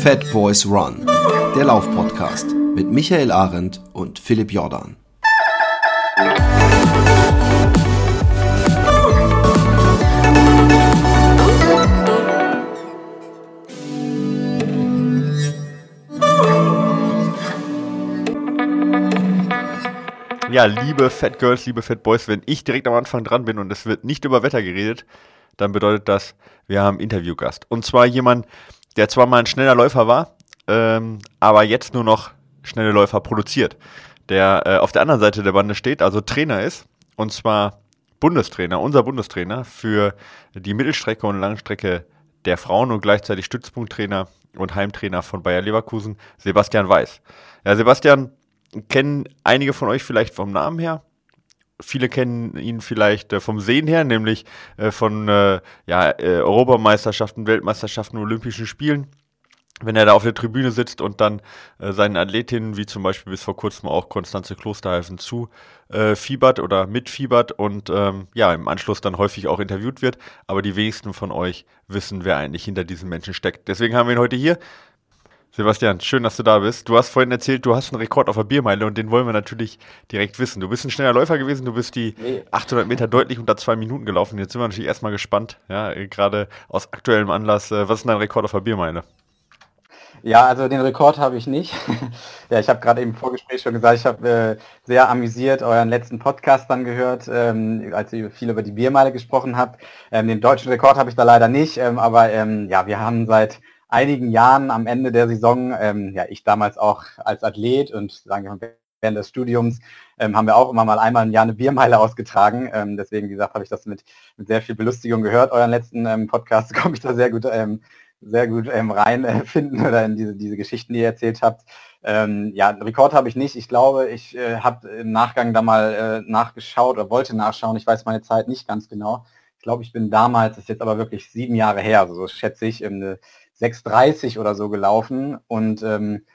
Fat Boys Run, der Laufpodcast mit Michael Arendt und Philipp Jordan. Ja, liebe Fat Girls, liebe Fat Boys, wenn ich direkt am Anfang dran bin und es wird nicht über Wetter geredet, dann bedeutet das, wir haben Interviewgast. Und zwar jemand, der zwar mal ein schneller Läufer war, aber jetzt nur noch schnelle Läufer produziert. Der auf der anderen Seite der Bande steht, also Trainer ist, und zwar Bundestrainer, unser Bundestrainer für die Mittelstrecke und Langstrecke der Frauen und gleichzeitig Stützpunkttrainer und Heimtrainer von Bayer Leverkusen, Sebastian Weiß. Ja, Sebastian kennen einige von euch vielleicht vom Namen her. Viele kennen ihn vielleicht vom Sehen her, nämlich von Europameisterschaften, Weltmeisterschaften, Olympischen Spielen. Wenn er da auf der Tribüne sitzt und dann seinen Athletinnen, wie zum Beispiel bis vor kurzem auch Constanze Klosterhalfen, fiebert oder mitfiebert und im Anschluss dann häufig auch interviewt wird. Aber die wenigsten von euch wissen, wer eigentlich hinter diesen Menschen steckt. Deswegen haben wir ihn heute hier. Sebastian, schön, dass du da bist. Du hast vorhin erzählt, du hast einen Rekord auf der Biermeile und den wollen wir natürlich direkt wissen. Du bist ein schneller Läufer gewesen, du bist die 800 Meter deutlich unter 2 Minuten gelaufen. Jetzt sind wir natürlich erstmal gespannt, ja, gerade aus aktuellem Anlass. Was ist denn dein Rekord auf der Biermeile? Ja, also den Rekord habe ich nicht. Ja, ich habe gerade im Vorgespräch schon gesagt, ich habe sehr amüsiert euren letzten Podcast dann gehört, als ihr viel über die Biermeile gesprochen habt. Den deutschen Rekord habe ich da leider nicht, aber wir haben seit einigen Jahren am Ende der Saison, ich damals auch als Athlet und sagen wir während des Studiums, haben wir auch immer mal einmal im Jahr eine Biermeile ausgetragen. Deswegen, wie gesagt, habe ich das mit sehr viel Belustigung gehört. Euren letzten Podcast komme ich da sehr gut reinfinden oder in diese Geschichten, die ihr erzählt habt. Einen Rekord habe ich nicht. Ich glaube, ich habe im Nachgang da mal nachgeschaut oder wollte nachschauen. Ich weiß meine Zeit nicht ganz genau. Ich glaube, ich bin damals, das ist jetzt aber wirklich 7 Jahre her, also so schätze ich, eine 6,30 oder so gelaufen und ein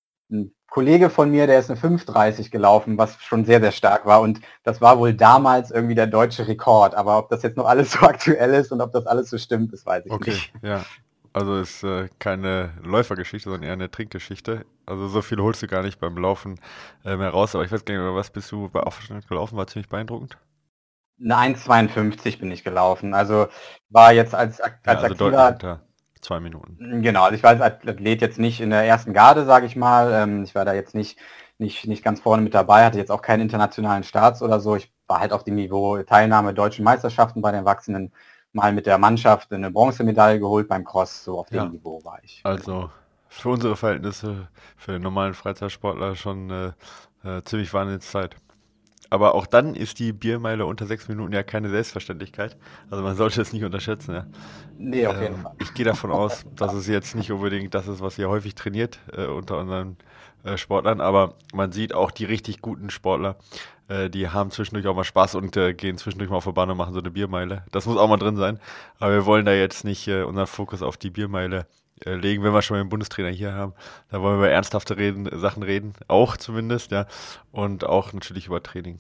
Kollege von mir, der ist eine 5,30 gelaufen, was schon sehr, sehr stark war und das war wohl damals irgendwie der deutsche Rekord, aber ob das jetzt noch alles so aktuell ist und ob das alles so stimmt, das weiß ich nicht. Okay, ja. Also ist keine Läufergeschichte, sondern eher eine Trinkgeschichte. Also so viel holst du gar nicht beim Laufen mehr raus, aber ich weiß gar nicht, was bist du bei Aufschnitt gelaufen, war ziemlich beeindruckend. Eine 1,52 bin ich gelaufen, also war jetzt als also aktiver... deutlich unter 2 Minuten. Genau, also ich war als Athlet jetzt nicht in der ersten Garde, sage ich mal. Ich war da jetzt nicht ganz vorne mit dabei, hatte jetzt auch keinen internationalen Starts oder so. Ich war halt auf dem Niveau Teilnahme deutschen Meisterschaften bei den Erwachsenen, mal mit der Mannschaft eine Bronzemedaille geholt beim Cross, so auf dem Niveau war ich. Also für unsere Verhältnisse, für den normalen Freizeitsportler schon ziemlich Wahnsinnszeit. Aber auch dann ist die Biermeile unter 6 Minuten ja keine Selbstverständlichkeit. Also man sollte es nicht unterschätzen. Ja. Nee, auf jeden Fall. Ich gehe davon aus, dass es jetzt nicht unbedingt das ist, was ihr häufig trainiert unter unseren Sportlern. Aber man sieht auch die richtig guten Sportler, die haben zwischendurch auch mal Spaß und gehen zwischendurch mal auf die Bahn und machen so eine Biermeile. Das muss auch mal drin sein. Aber wir wollen da jetzt nicht unseren Fokus auf die Biermeile legen, wenn wir schon mal den Bundestrainer hier haben. Da wollen wir über ernsthafte Sachen reden, auch zumindest, ja. Und auch natürlich über Training.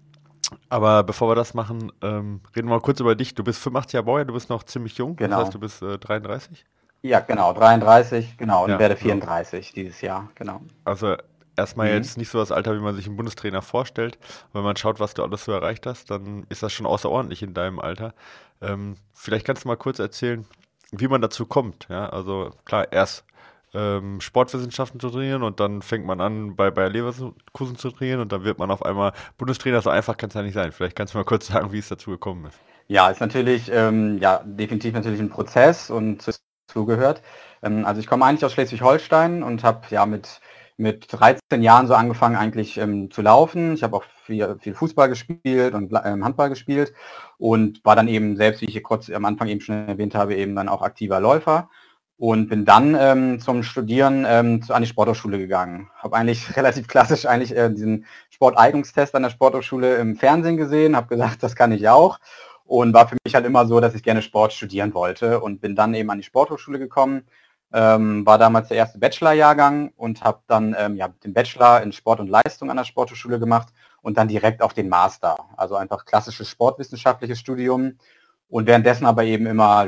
Aber bevor wir das machen, reden wir mal kurz über dich. Du bist 85 Jahre Baujahr, du bist noch ziemlich jung. Genau. Das heißt, du bist 33? Ja, genau, 33, genau, und Ja, werde genau. 34 dieses Jahr, genau. Also erstmal jetzt nicht so das Alter, wie man sich einen Bundestrainer vorstellt. Wenn man schaut, was du alles so erreicht hast, dann ist das schon außerordentlich in deinem Alter. Vielleicht kannst du mal kurz erzählen, wie man dazu kommt. Ja? Also klar, erst Sportwissenschaften zu trainieren und dann fängt man an, bei Bayer Leverkusen zu trainieren und dann wird man auf einmal Bundestrainer. So einfach kann es ja nicht sein. Vielleicht kannst du mal kurz sagen, wie es dazu gekommen ist. Ja, ist natürlich, definitiv natürlich ein Prozess und zugehört. Also ich komme eigentlich aus Schleswig-Holstein und habe mit 13 Jahren so angefangen eigentlich zu laufen. Ich habe auch viel Fußball gespielt und Handball gespielt und war dann eben selbst, wie ich kurz am Anfang eben schon erwähnt habe, eben dann auch aktiver Läufer. Und bin dann zum Studieren an die Sporthochschule gegangen. Habe eigentlich relativ klassisch diesen Sporteignungstest an der Sporthochschule im Fernsehen gesehen, habe gesagt, das kann ich auch. Und war für mich halt immer so, dass ich gerne Sport studieren wollte und bin dann eben an die Sporthochschule gekommen. War damals der erste Bachelorjahrgang und habe dann den Bachelor in Sport und Leistung an der Sporthochschule gemacht und dann direkt auch den Master. Also einfach klassisches sportwissenschaftliches Studium und währenddessen aber eben immer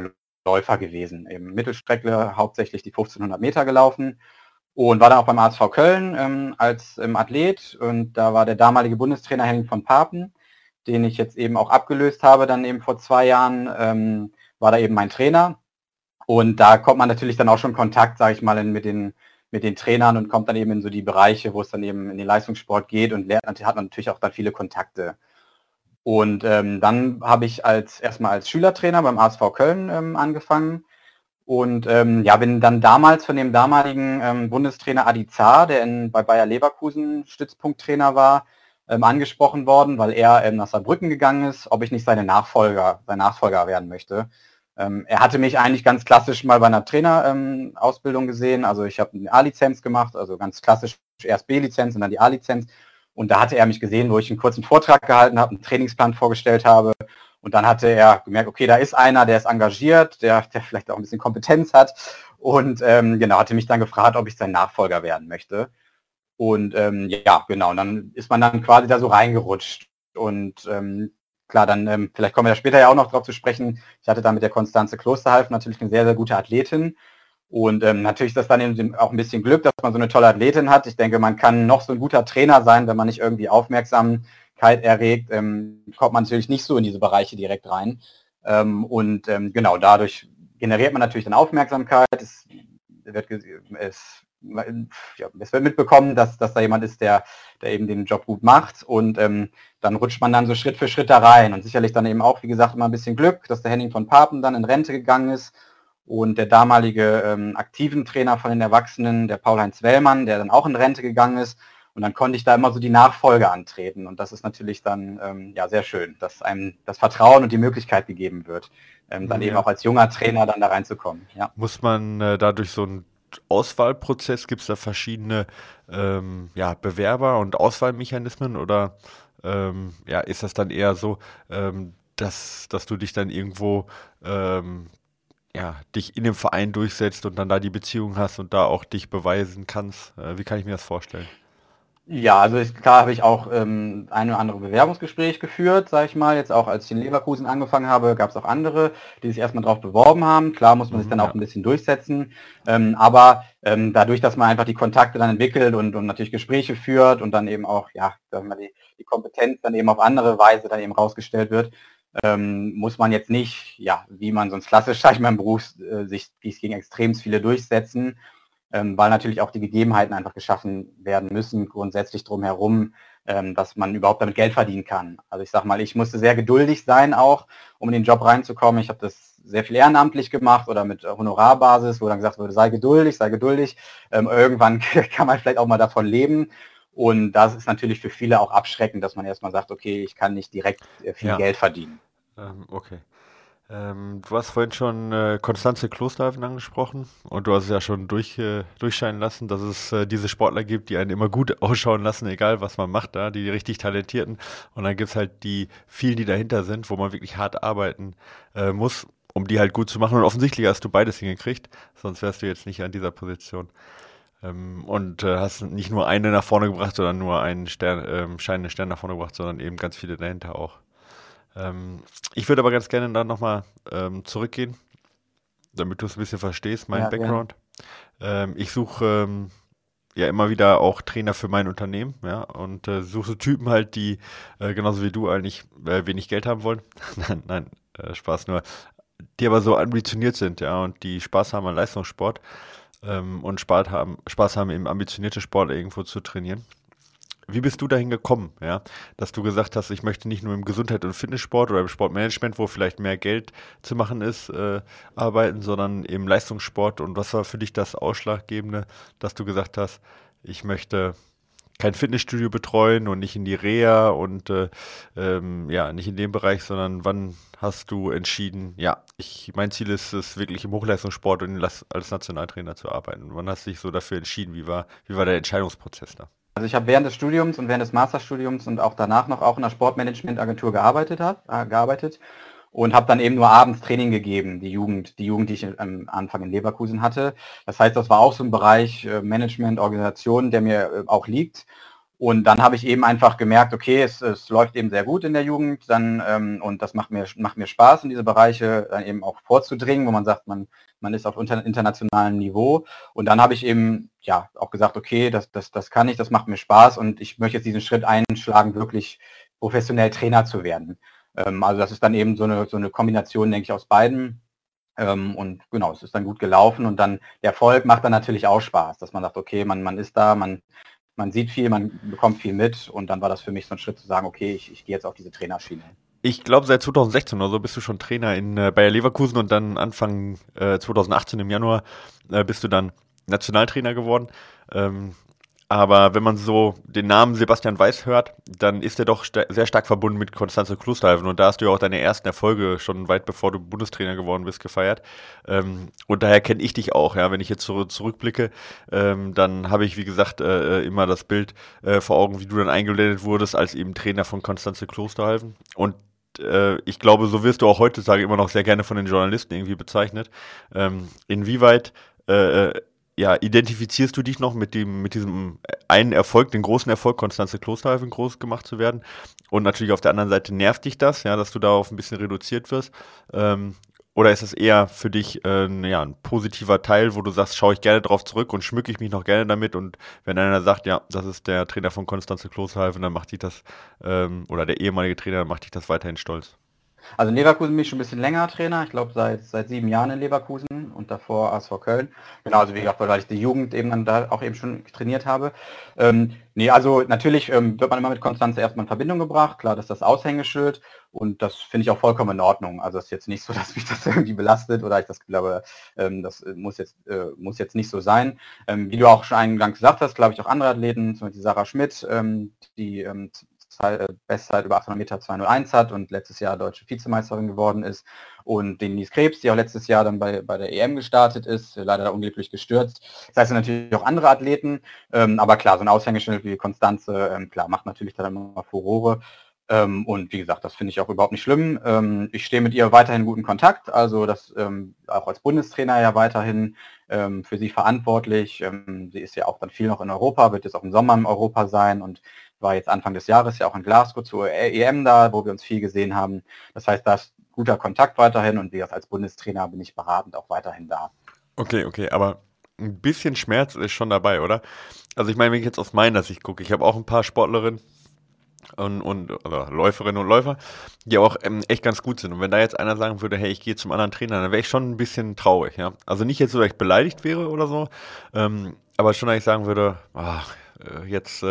Läufer gewesen, eben Mittelstreckler, hauptsächlich die 1500 Meter gelaufen und war dann auch beim ASV Köln als Athlet, und da war der damalige Bundestrainer Henning von Papen, den ich jetzt eben auch abgelöst habe, dann eben vor 2 Jahren, war da eben mein Trainer, und da kommt man natürlich dann auch schon Kontakt, sage ich mal, mit den Trainern und kommt dann eben in so die Bereiche, wo es dann eben in den Leistungssport geht, und hat man natürlich auch dann viele Kontakte. Und dann habe ich erstmal als Schülertrainer beim ASV Köln angefangen und bin dann damals von dem damaligen Bundestrainer Adi Zar, der bei Bayer Leverkusen Stützpunkttrainer war, angesprochen worden, weil er nach Saarbrücken gegangen ist, ob ich nicht sein Nachfolger werden möchte. Er hatte mich eigentlich ganz klassisch mal bei einer Trainerausbildung gesehen. Also ich habe eine A-Lizenz gemacht, also ganz klassisch erst B-Lizenz und dann die A-Lizenz. Und da hatte er mich gesehen, wo ich einen kurzen Vortrag gehalten habe, einen Trainingsplan vorgestellt habe. Und dann hatte er gemerkt, okay, da ist einer, der ist engagiert, der vielleicht auch ein bisschen Kompetenz hat. Und hatte mich dann gefragt, ob ich sein Nachfolger werden möchte. Und und dann ist man dann quasi da so reingerutscht. Und klar, dann vielleicht kommen wir da später ja auch noch drauf zu sprechen. Ich hatte da mit der Konstanze Klosterhalf natürlich eine sehr, sehr gute Athletin. Und natürlich ist das dann eben auch ein bisschen Glück, dass man so eine tolle Athletin hat. Ich denke, man kann noch so ein guter Trainer sein, wenn man nicht irgendwie Aufmerksamkeit erregt, kommt man natürlich nicht so in diese Bereiche direkt rein. Dadurch generiert man natürlich dann Aufmerksamkeit. Es wird mitbekommen, dass da jemand ist, der eben den Job gut macht, und dann rutscht man dann so Schritt für Schritt da rein, und sicherlich dann eben auch, wie gesagt, immer ein bisschen Glück, dass der Henning von Papen dann in Rente gegangen ist und der damalige aktiven Trainer von den Erwachsenen, der Paul-Heinz Wellmann, der dann auch in Rente gegangen ist, und dann konnte ich da immer so die Nachfolge antreten, und das ist natürlich dann sehr schön, dass einem das Vertrauen und die Möglichkeit gegeben wird, dann eben auch als junger Trainer dann da reinzukommen. Ja. Muss man dadurch so ein Auswahlprozess, gibt es da verschiedene Bewerber und Auswahlmechanismen, oder ist das dann eher so, dass du dich dann irgendwo dich in dem Verein durchsetzt und dann da die Beziehung hast und da auch dich beweisen kannst? Wie kann ich mir das vorstellen? Ja, also klar habe ich auch ein oder andere Bewerbungsgespräch geführt, sage ich mal. Jetzt auch, als ich in Leverkusen angefangen habe, gab es auch andere, die sich erstmal drauf beworben haben. Klar muss man sich dann auch ein bisschen durchsetzen. Aber dadurch, dass man einfach die Kontakte dann entwickelt und natürlich Gespräche führt und dann eben auch, sagen wir mal, die Kompetenz dann eben auf andere Weise dann eben rausgestellt wird, muss man jetzt nicht, wie man sonst klassisch, sag ich mal, im Beruf sich gegen extrem viele durchsetzen, weil natürlich auch die Gegebenheiten einfach geschaffen werden müssen, grundsätzlich drumherum, dass man überhaupt damit Geld verdienen kann. Also ich sag mal, ich musste sehr geduldig sein auch, um in den Job reinzukommen. Ich habe das sehr viel ehrenamtlich gemacht oder mit Honorarbasis, wo dann gesagt wurde, sei geduldig. Irgendwann kann man vielleicht auch mal davon leben. Und das ist natürlich für viele auch abschreckend, dass man erstmal sagt, okay, ich kann nicht direkt viel Geld verdienen. Okay. Du hast vorhin schon Konstanze Klosterhalfen angesprochen, und du hast es ja schon durchscheinen lassen, dass es diese Sportler gibt, die einen immer gut ausschauen lassen, egal was man macht da, die richtig Talentierten. Und dann gibt es halt die vielen, die dahinter sind, wo man wirklich hart arbeiten muss, um die halt gut zu machen. Und offensichtlich hast du beides hingekriegt, sonst wärst du jetzt nicht an dieser Position. Und hast nicht nur eine nach vorne gebracht, sondern nur einen scheinenden Stern nach vorne gebracht, sondern eben ganz viele dahinter auch. Ich würde aber ganz gerne da nochmal zurückgehen, damit du es ein bisschen verstehst, meinen Background. Ich suche immer wieder auch Trainer für mein Unternehmen, und suche Typen halt, die genauso wie du eigentlich wenig Geld haben wollen. Nein, Spaß nur. Die aber so ambitioniert sind, und die Spaß haben an Leistungssport und Spaß haben, eben ambitionierte Sportler irgendwo zu trainieren. Wie bist du dahin gekommen, dass du gesagt hast, ich möchte nicht nur im Gesundheit- und Fitnesssport oder im Sportmanagement, wo vielleicht mehr Geld zu machen ist, arbeiten, sondern im Leistungssport? Und was war für dich das Ausschlaggebende, dass du gesagt hast, ich möchte kein Fitnessstudio betreuen und nicht in die Reha und nicht in dem Bereich, sondern wann hast du entschieden, mein Ziel ist es wirklich im Hochleistungssport und als Nationaltrainer zu arbeiten? Wann hast du dich so dafür entschieden? Wie war der Entscheidungsprozess da? Also ich habe während des Studiums und während des Masterstudiums und auch danach noch auch in einer Sportmanagementagentur gearbeitet und habe dann eben nur abends Training gegeben, die Jugend, die ich am Anfang in Leverkusen hatte. Das heißt, das war auch so ein Bereich Management, Organisation, der mir auch liegt. Und dann habe ich eben einfach gemerkt, okay, es läuft eben sehr gut in der Jugend, dann und das macht mir Spaß, in diese Bereiche dann eben auch vorzudringen, wo man sagt, man ist auf internationalem Niveau. Und dann habe ich eben ja auch gesagt, okay, das kann ich, das macht mir Spaß und ich möchte jetzt diesen Schritt einschlagen, wirklich professionell Trainer zu werden. Also das ist dann eben so eine Kombination, denke ich, aus beiden. Und genau, es ist dann gut gelaufen und dann der Erfolg macht dann natürlich auch Spaß, dass man sagt, okay, man ist da, man sieht viel, man bekommt viel mit und dann war das für mich so ein Schritt zu sagen, okay, ich gehe jetzt auf diese Trainerschiene. Ich glaube, seit 2016 oder so bist du schon Trainer in Bayer Leverkusen und dann Anfang 2018 im Januar bist du dann Nationaltrainer geworden. Aber wenn man so den Namen Sebastian Weiß hört, dann ist er doch sehr stark verbunden mit Constanze Klosterhalfen. Und da hast du ja auch deine ersten Erfolge schon weit bevor du Bundestrainer geworden bist gefeiert. Und daher kenne ich dich auch. Ja, wenn ich jetzt zurückblicke, dann habe ich, wie gesagt, immer das Bild vor Augen, wie du dann eingeblendet wurdest als eben Trainer von Constanze Klosterhalfen. Und ich glaube, so wirst du auch heutzutage immer noch sehr gerne von den Journalisten irgendwie bezeichnet. Inwieweit ja, identifizierst du dich noch mit diesem einen Erfolg, den großen Erfolg, Constanze Klosterhalfen groß gemacht zu werden? Und natürlich auf der anderen Seite nervt dich das, ja, dass du darauf ein bisschen reduziert wirst? Oder ist das eher für dich ja, ein positiver Teil, wo du sagst, schaue ich gerne drauf zurück und schmücke ich mich noch gerne damit? Und wenn einer sagt, ja, das ist der Trainer von Constanze Klosterhalfen, dann macht dich das, oder der ehemalige Trainer, dann macht dich das weiterhin stolz. Also in Leverkusen bin ich schon ein bisschen länger Trainer, ich glaube seit 7 Jahren in Leverkusen und davor ASV Köln. Genau, also wie gesagt, weil ich die Jugend eben dann da auch eben schon trainiert habe. Nee, also natürlich wird man immer mit Konstanze erstmal in Verbindung gebracht, klar, das ist das Aushängeschild und das finde ich auch vollkommen in Ordnung. Also es ist jetzt nicht so, dass mich das irgendwie belastet oder ich das glaube, das muss jetzt nicht so sein. Wie du auch schon eingangs gesagt hast, glaube ich auch andere Athleten, zum Beispiel Sarah Schmidt, die Bestzeit über 800 Meter 201 hat und letztes Jahr deutsche Vizemeisterin geworden ist. Und Denise Krebs, die auch letztes Jahr dann bei der EM gestartet ist, leider da unglücklich gestürzt. Das heißt natürlich auch andere Athleten, aber klar, so ein Aushängeschild wie Constanze, klar, macht natürlich dann immer Furore. Und wie gesagt, das finde ich auch überhaupt nicht schlimm. Ich stehe mit ihr weiterhin in guten Kontakt, also das auch als Bundestrainer ja weiterhin für sie verantwortlich. Sie ist ja auch dann viel noch in Europa, wird jetzt auch im Sommer in Europa sein und war jetzt Anfang des Jahres ja auch in Glasgow zur EM da, wo wir uns viel gesehen haben. Das heißt, da ist guter Kontakt weiterhin und wie gesagt, als Bundestrainer bin ich beratend auch weiterhin da. Okay, aber ein bisschen Schmerz ist schon dabei, oder? Also ich meine, wenn ich jetzt aus meiner Sicht gucke, ich habe auch ein paar Sportlerinnen oder Läuferinnen und Läufer, die auch echt ganz gut sind. Und wenn da jetzt einer sagen würde, hey, ich gehe zum anderen Trainer, dann wäre ich schon ein bisschen traurig, ja. Also nicht jetzt so, dass ich beleidigt wäre oder so, aber schon, dass ich sagen würde, jetzt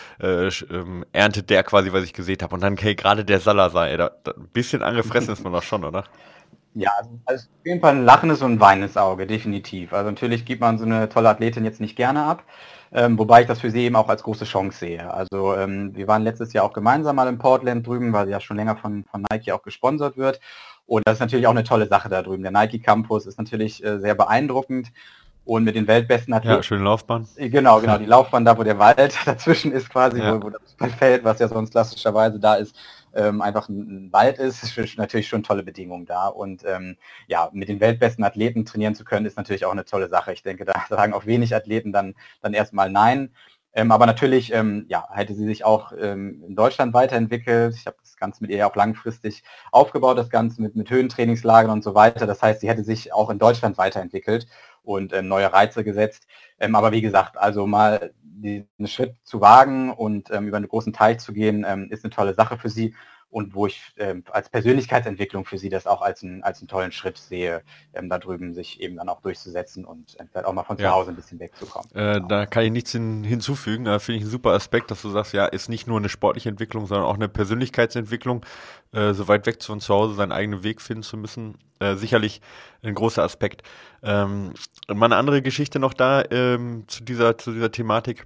erntet der quasi, was ich gesehen habe. Und dann, hey, gerade der Salazar, ey, da ein bisschen angefressen ist man doch schon, oder? Ja, also auf jeden Fall ein lachendes und ein weinendes Auge, definitiv. Also natürlich gibt man so eine tolle Athletin jetzt nicht gerne ab, wobei ich das für sie eben auch als große Chance sehe. Also wir waren letztes Jahr auch gemeinsam mal in Portland drüben, weil sie ja schon länger von Nike auch gesponsert wird. Und das ist natürlich auch eine tolle Sache da drüben. Der Nike Campus ist natürlich sehr beeindruckend. Und mit den weltbesten Athleten. Ja, schöne Laufbahn. Genau, die Laufbahn da, wo der Wald dazwischen ist quasi, Ja. wo das Feld, was ja sonst klassischerweise da ist, einfach ein Wald ist natürlich schon tolle Bedingungen da. Und ja, mit den weltbesten Athleten trainieren zu können, ist natürlich auch eine tolle Sache. Ich denke, da sagen auch wenig Athleten dann erstmal nein. Aber natürlich ja, hätte sie sich auch in Deutschland weiterentwickelt. Ich habe das Ganze mit ihr auch langfristig aufgebaut, das Ganze mit Höhentrainingslagern und so weiter. Das heißt, sie hätte sich auch in Deutschland weiterentwickelt und neue Reize gesetzt. Aber wie gesagt, also mal diesen Schritt zu wagen und über einen großen Teich zu gehen, ist eine tolle Sache für sie. Und wo ich als Persönlichkeitsentwicklung für sie das auch als einen tollen Schritt sehe, da drüben sich eben dann auch durchzusetzen und vielleicht auch mal von zu Hause ein bisschen wegzukommen. Da kann ich nichts hinzufügen. Da finde ich einen super Aspekt, dass du sagst, ja, ist nicht nur eine sportliche Entwicklung, sondern auch eine Persönlichkeitsentwicklung, so weit weg von zu Hause seinen eigenen Weg finden zu müssen. Sicherlich ein großer Aspekt. Mal eine andere Geschichte noch da zu dieser Thematik.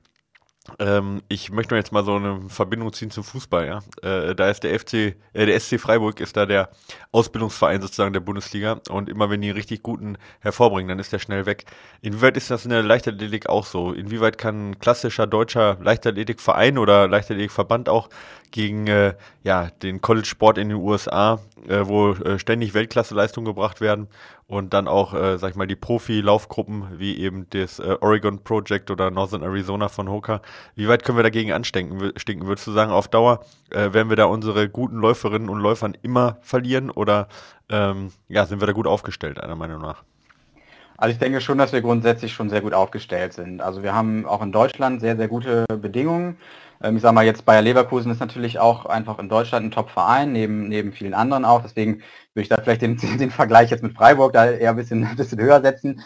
Ich möchte jetzt mal so eine Verbindung ziehen zum Fußball, ja. Da ist der SC Freiburg ist da der Ausbildungsverein sozusagen der Bundesliga und immer wenn die einen richtig guten hervorbringen, dann ist der schnell weg. Inwieweit ist das in der Leichtathletik auch so? Inwieweit kann ein klassischer deutscher Leichtathletikverein oder Leichtathletikverband auch gegen den College-Sport in den USA, wo ständig Weltklasse-Leistungen gebracht werden und dann auch, sag ich mal, die Profi-Laufgruppen wie eben das Oregon Project oder Northern Arizona von Hoka. Wie weit können wir dagegen stinken? Würdest du sagen, auf Dauer werden wir da unsere guten Läuferinnen und Läufern immer verlieren oder sind wir da gut aufgestellt, deiner Meinung nach? Also ich denke schon, dass wir grundsätzlich schon sehr gut aufgestellt sind. Also wir haben auch in Deutschland sehr, sehr gute Bedingungen. Ich sage mal jetzt, Bayer Leverkusen ist natürlich auch einfach in Deutschland ein Top-Verein, neben vielen anderen auch. Deswegen würde ich da vielleicht den Vergleich jetzt mit Freiburg da eher ein bisschen höher setzen.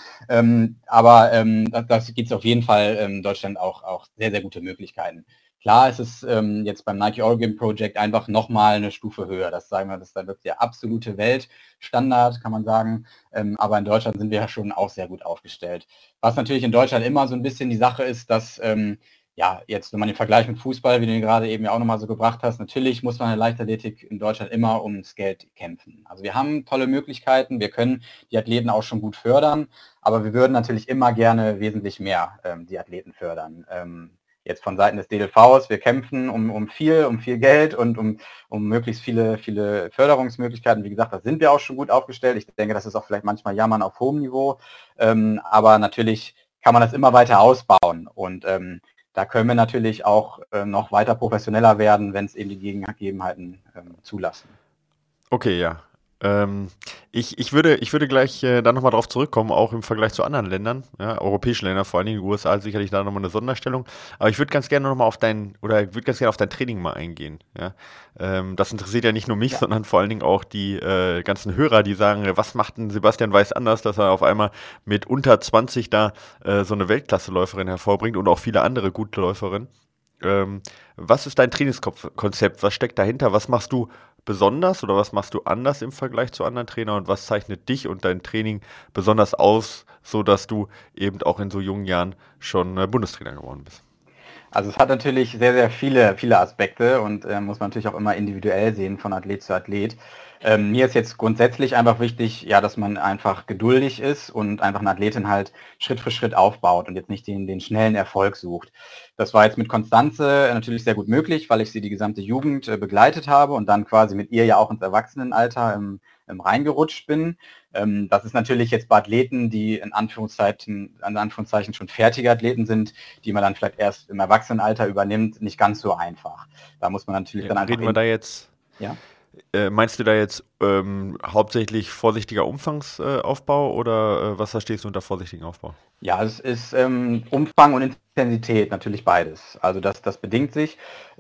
Das gibt es auf jeden Fall in Deutschland auch sehr, sehr gute Möglichkeiten. Klar ist es jetzt beim Nike Oregon Project einfach nochmal eine Stufe höher. Das sagen wir, das ist dann wirklich der absolute Weltstandard, kann man sagen. Aber in Deutschland sind wir ja schon auch sehr gut aufgestellt. Was natürlich in Deutschland immer so ein bisschen die Sache ist, dass jetzt, wenn man den Vergleich mit Fußball, wie du ihn gerade eben ja auch nochmal so gebracht hast, natürlich muss man in der Leichtathletik in Deutschland immer ums Geld kämpfen. Also wir haben tolle Möglichkeiten, wir können die Athleten auch schon gut fördern, aber wir würden natürlich immer gerne wesentlich mehr die Athleten fördern. Jetzt von Seiten des DLVs, wir kämpfen um viel Geld und um möglichst viele Förderungsmöglichkeiten. Wie gesagt, da sind wir auch schon gut aufgestellt. Ich denke, das ist auch vielleicht manchmal Jammern auf hohem Niveau. Aber natürlich kann man das immer weiter ausbauen. Und da können wir natürlich auch noch weiter professioneller werden, wenn es eben die Gegebenheiten zulassen. Okay, ja. Ich würde gleich da nochmal drauf zurückkommen, auch im Vergleich zu anderen Ländern, ja, europäischen Ländern, vor allen Dingen die USA hat sicherlich da nochmal eine Sonderstellung. Aber ich würde ganz gerne nochmal auf dein Training mal eingehen. Ja. Das interessiert ja nicht nur mich, sondern vor allen Dingen auch die ganzen Hörer, die sagen, was macht denn Sebastian Weiß anders, dass er auf einmal mit unter 20 da so eine Weltklasse-Läuferin hervorbringt und auch viele andere gute Läuferinnen. Was ist dein Trainingskonzept? Was steckt dahinter? Was machst du besonders oder was machst du anders im Vergleich zu anderen Trainern und was zeichnet dich und dein Training besonders aus, so dass du eben auch in so jungen Jahren schon Bundestrainer geworden bist? Also es hat natürlich sehr, sehr viele Aspekte und muss man natürlich auch immer individuell sehen von Athlet zu Athlet. Mir ist jetzt grundsätzlich einfach wichtig, ja, dass man einfach geduldig ist und einfach eine Athletin halt Schritt für Schritt aufbaut und jetzt nicht den schnellen Erfolg sucht. Das war jetzt mit Constanze natürlich sehr gut möglich, weil ich sie die gesamte Jugend begleitet habe und dann quasi mit ihr ja auch ins Erwachsenenalter im reingerutscht bin. Das ist natürlich jetzt bei Athleten, die in Anführungszeichen schon fertige Athleten sind, die man dann vielleicht erst im Erwachsenenalter übernimmt, nicht ganz so einfach. Da muss man natürlich dann einfach... Reden wir da jetzt... Ja? Meinst du da jetzt hauptsächlich vorsichtiger Umfangsaufbau oder was verstehst du unter vorsichtigen Aufbau? Ja, es ist Umfang und Intensität, natürlich beides. Also das bedingt sich.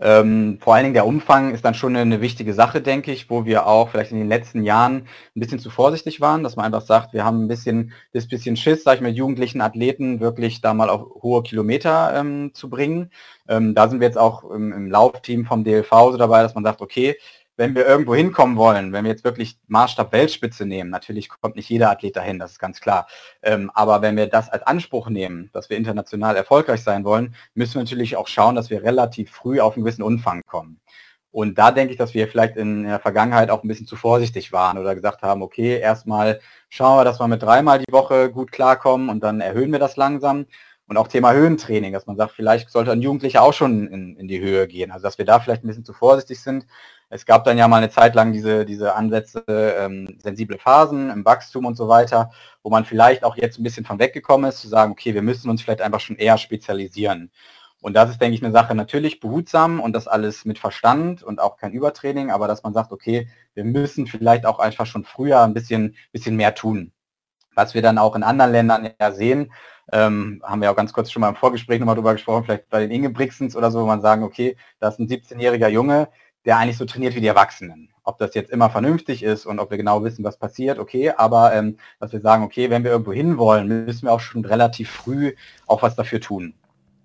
Vor allen Dingen der Umfang ist dann schon eine wichtige Sache, denke ich, wo wir auch vielleicht in den letzten Jahren ein bisschen zu vorsichtig waren, dass man einfach sagt, wir haben das bisschen Schiss, sag ich mal, jugendlichen Athleten wirklich da mal auf hohe Kilometer zu bringen. Da sind wir jetzt auch im Laufteam vom DLV so dabei, dass man sagt, okay, wenn wir irgendwo hinkommen wollen, wenn wir jetzt wirklich Maßstab Weltspitze nehmen, natürlich kommt nicht jeder Athlet dahin, das ist ganz klar. Aber wenn wir das als Anspruch nehmen, dass wir international erfolgreich sein wollen, müssen wir natürlich auch schauen, dass wir relativ früh auf einen gewissen Umfang kommen. Und da denke ich, dass wir vielleicht in der Vergangenheit auch ein bisschen zu vorsichtig waren oder gesagt haben, okay, erstmal schauen wir, dass wir mit 3-mal die Woche gut klarkommen und dann erhöhen wir das langsam. Und auch Thema Höhentraining, dass man sagt, vielleicht sollte ein Jugendlicher auch schon in die Höhe gehen. Also dass wir da vielleicht ein bisschen zu vorsichtig sind. Es gab dann ja mal eine Zeit lang diese Ansätze, sensible Phasen im Wachstum und so weiter, wo man vielleicht auch jetzt ein bisschen von weggekommen ist, zu sagen, okay, wir müssen uns vielleicht einfach schon eher spezialisieren. Und das ist, denke ich, eine Sache natürlich behutsam und das alles mit Verstand und auch kein Übertraining, aber dass man sagt, okay, wir müssen vielleicht auch einfach schon früher ein bisschen mehr tun. Was wir dann auch in anderen Ländern ja sehen, haben wir auch ganz kurz schon mal im Vorgespräch nochmal drüber gesprochen, vielleicht bei den Ingebrigtsens oder so, wo man sagen, okay, da ist ein 17-jähriger Junge, der eigentlich so trainiert wie die Erwachsenen. Ob das jetzt immer vernünftig ist und ob wir genau wissen, was passiert, okay, aber dass wir sagen, okay, wenn wir irgendwo hinwollen, müssen wir auch schon relativ früh auch was dafür tun.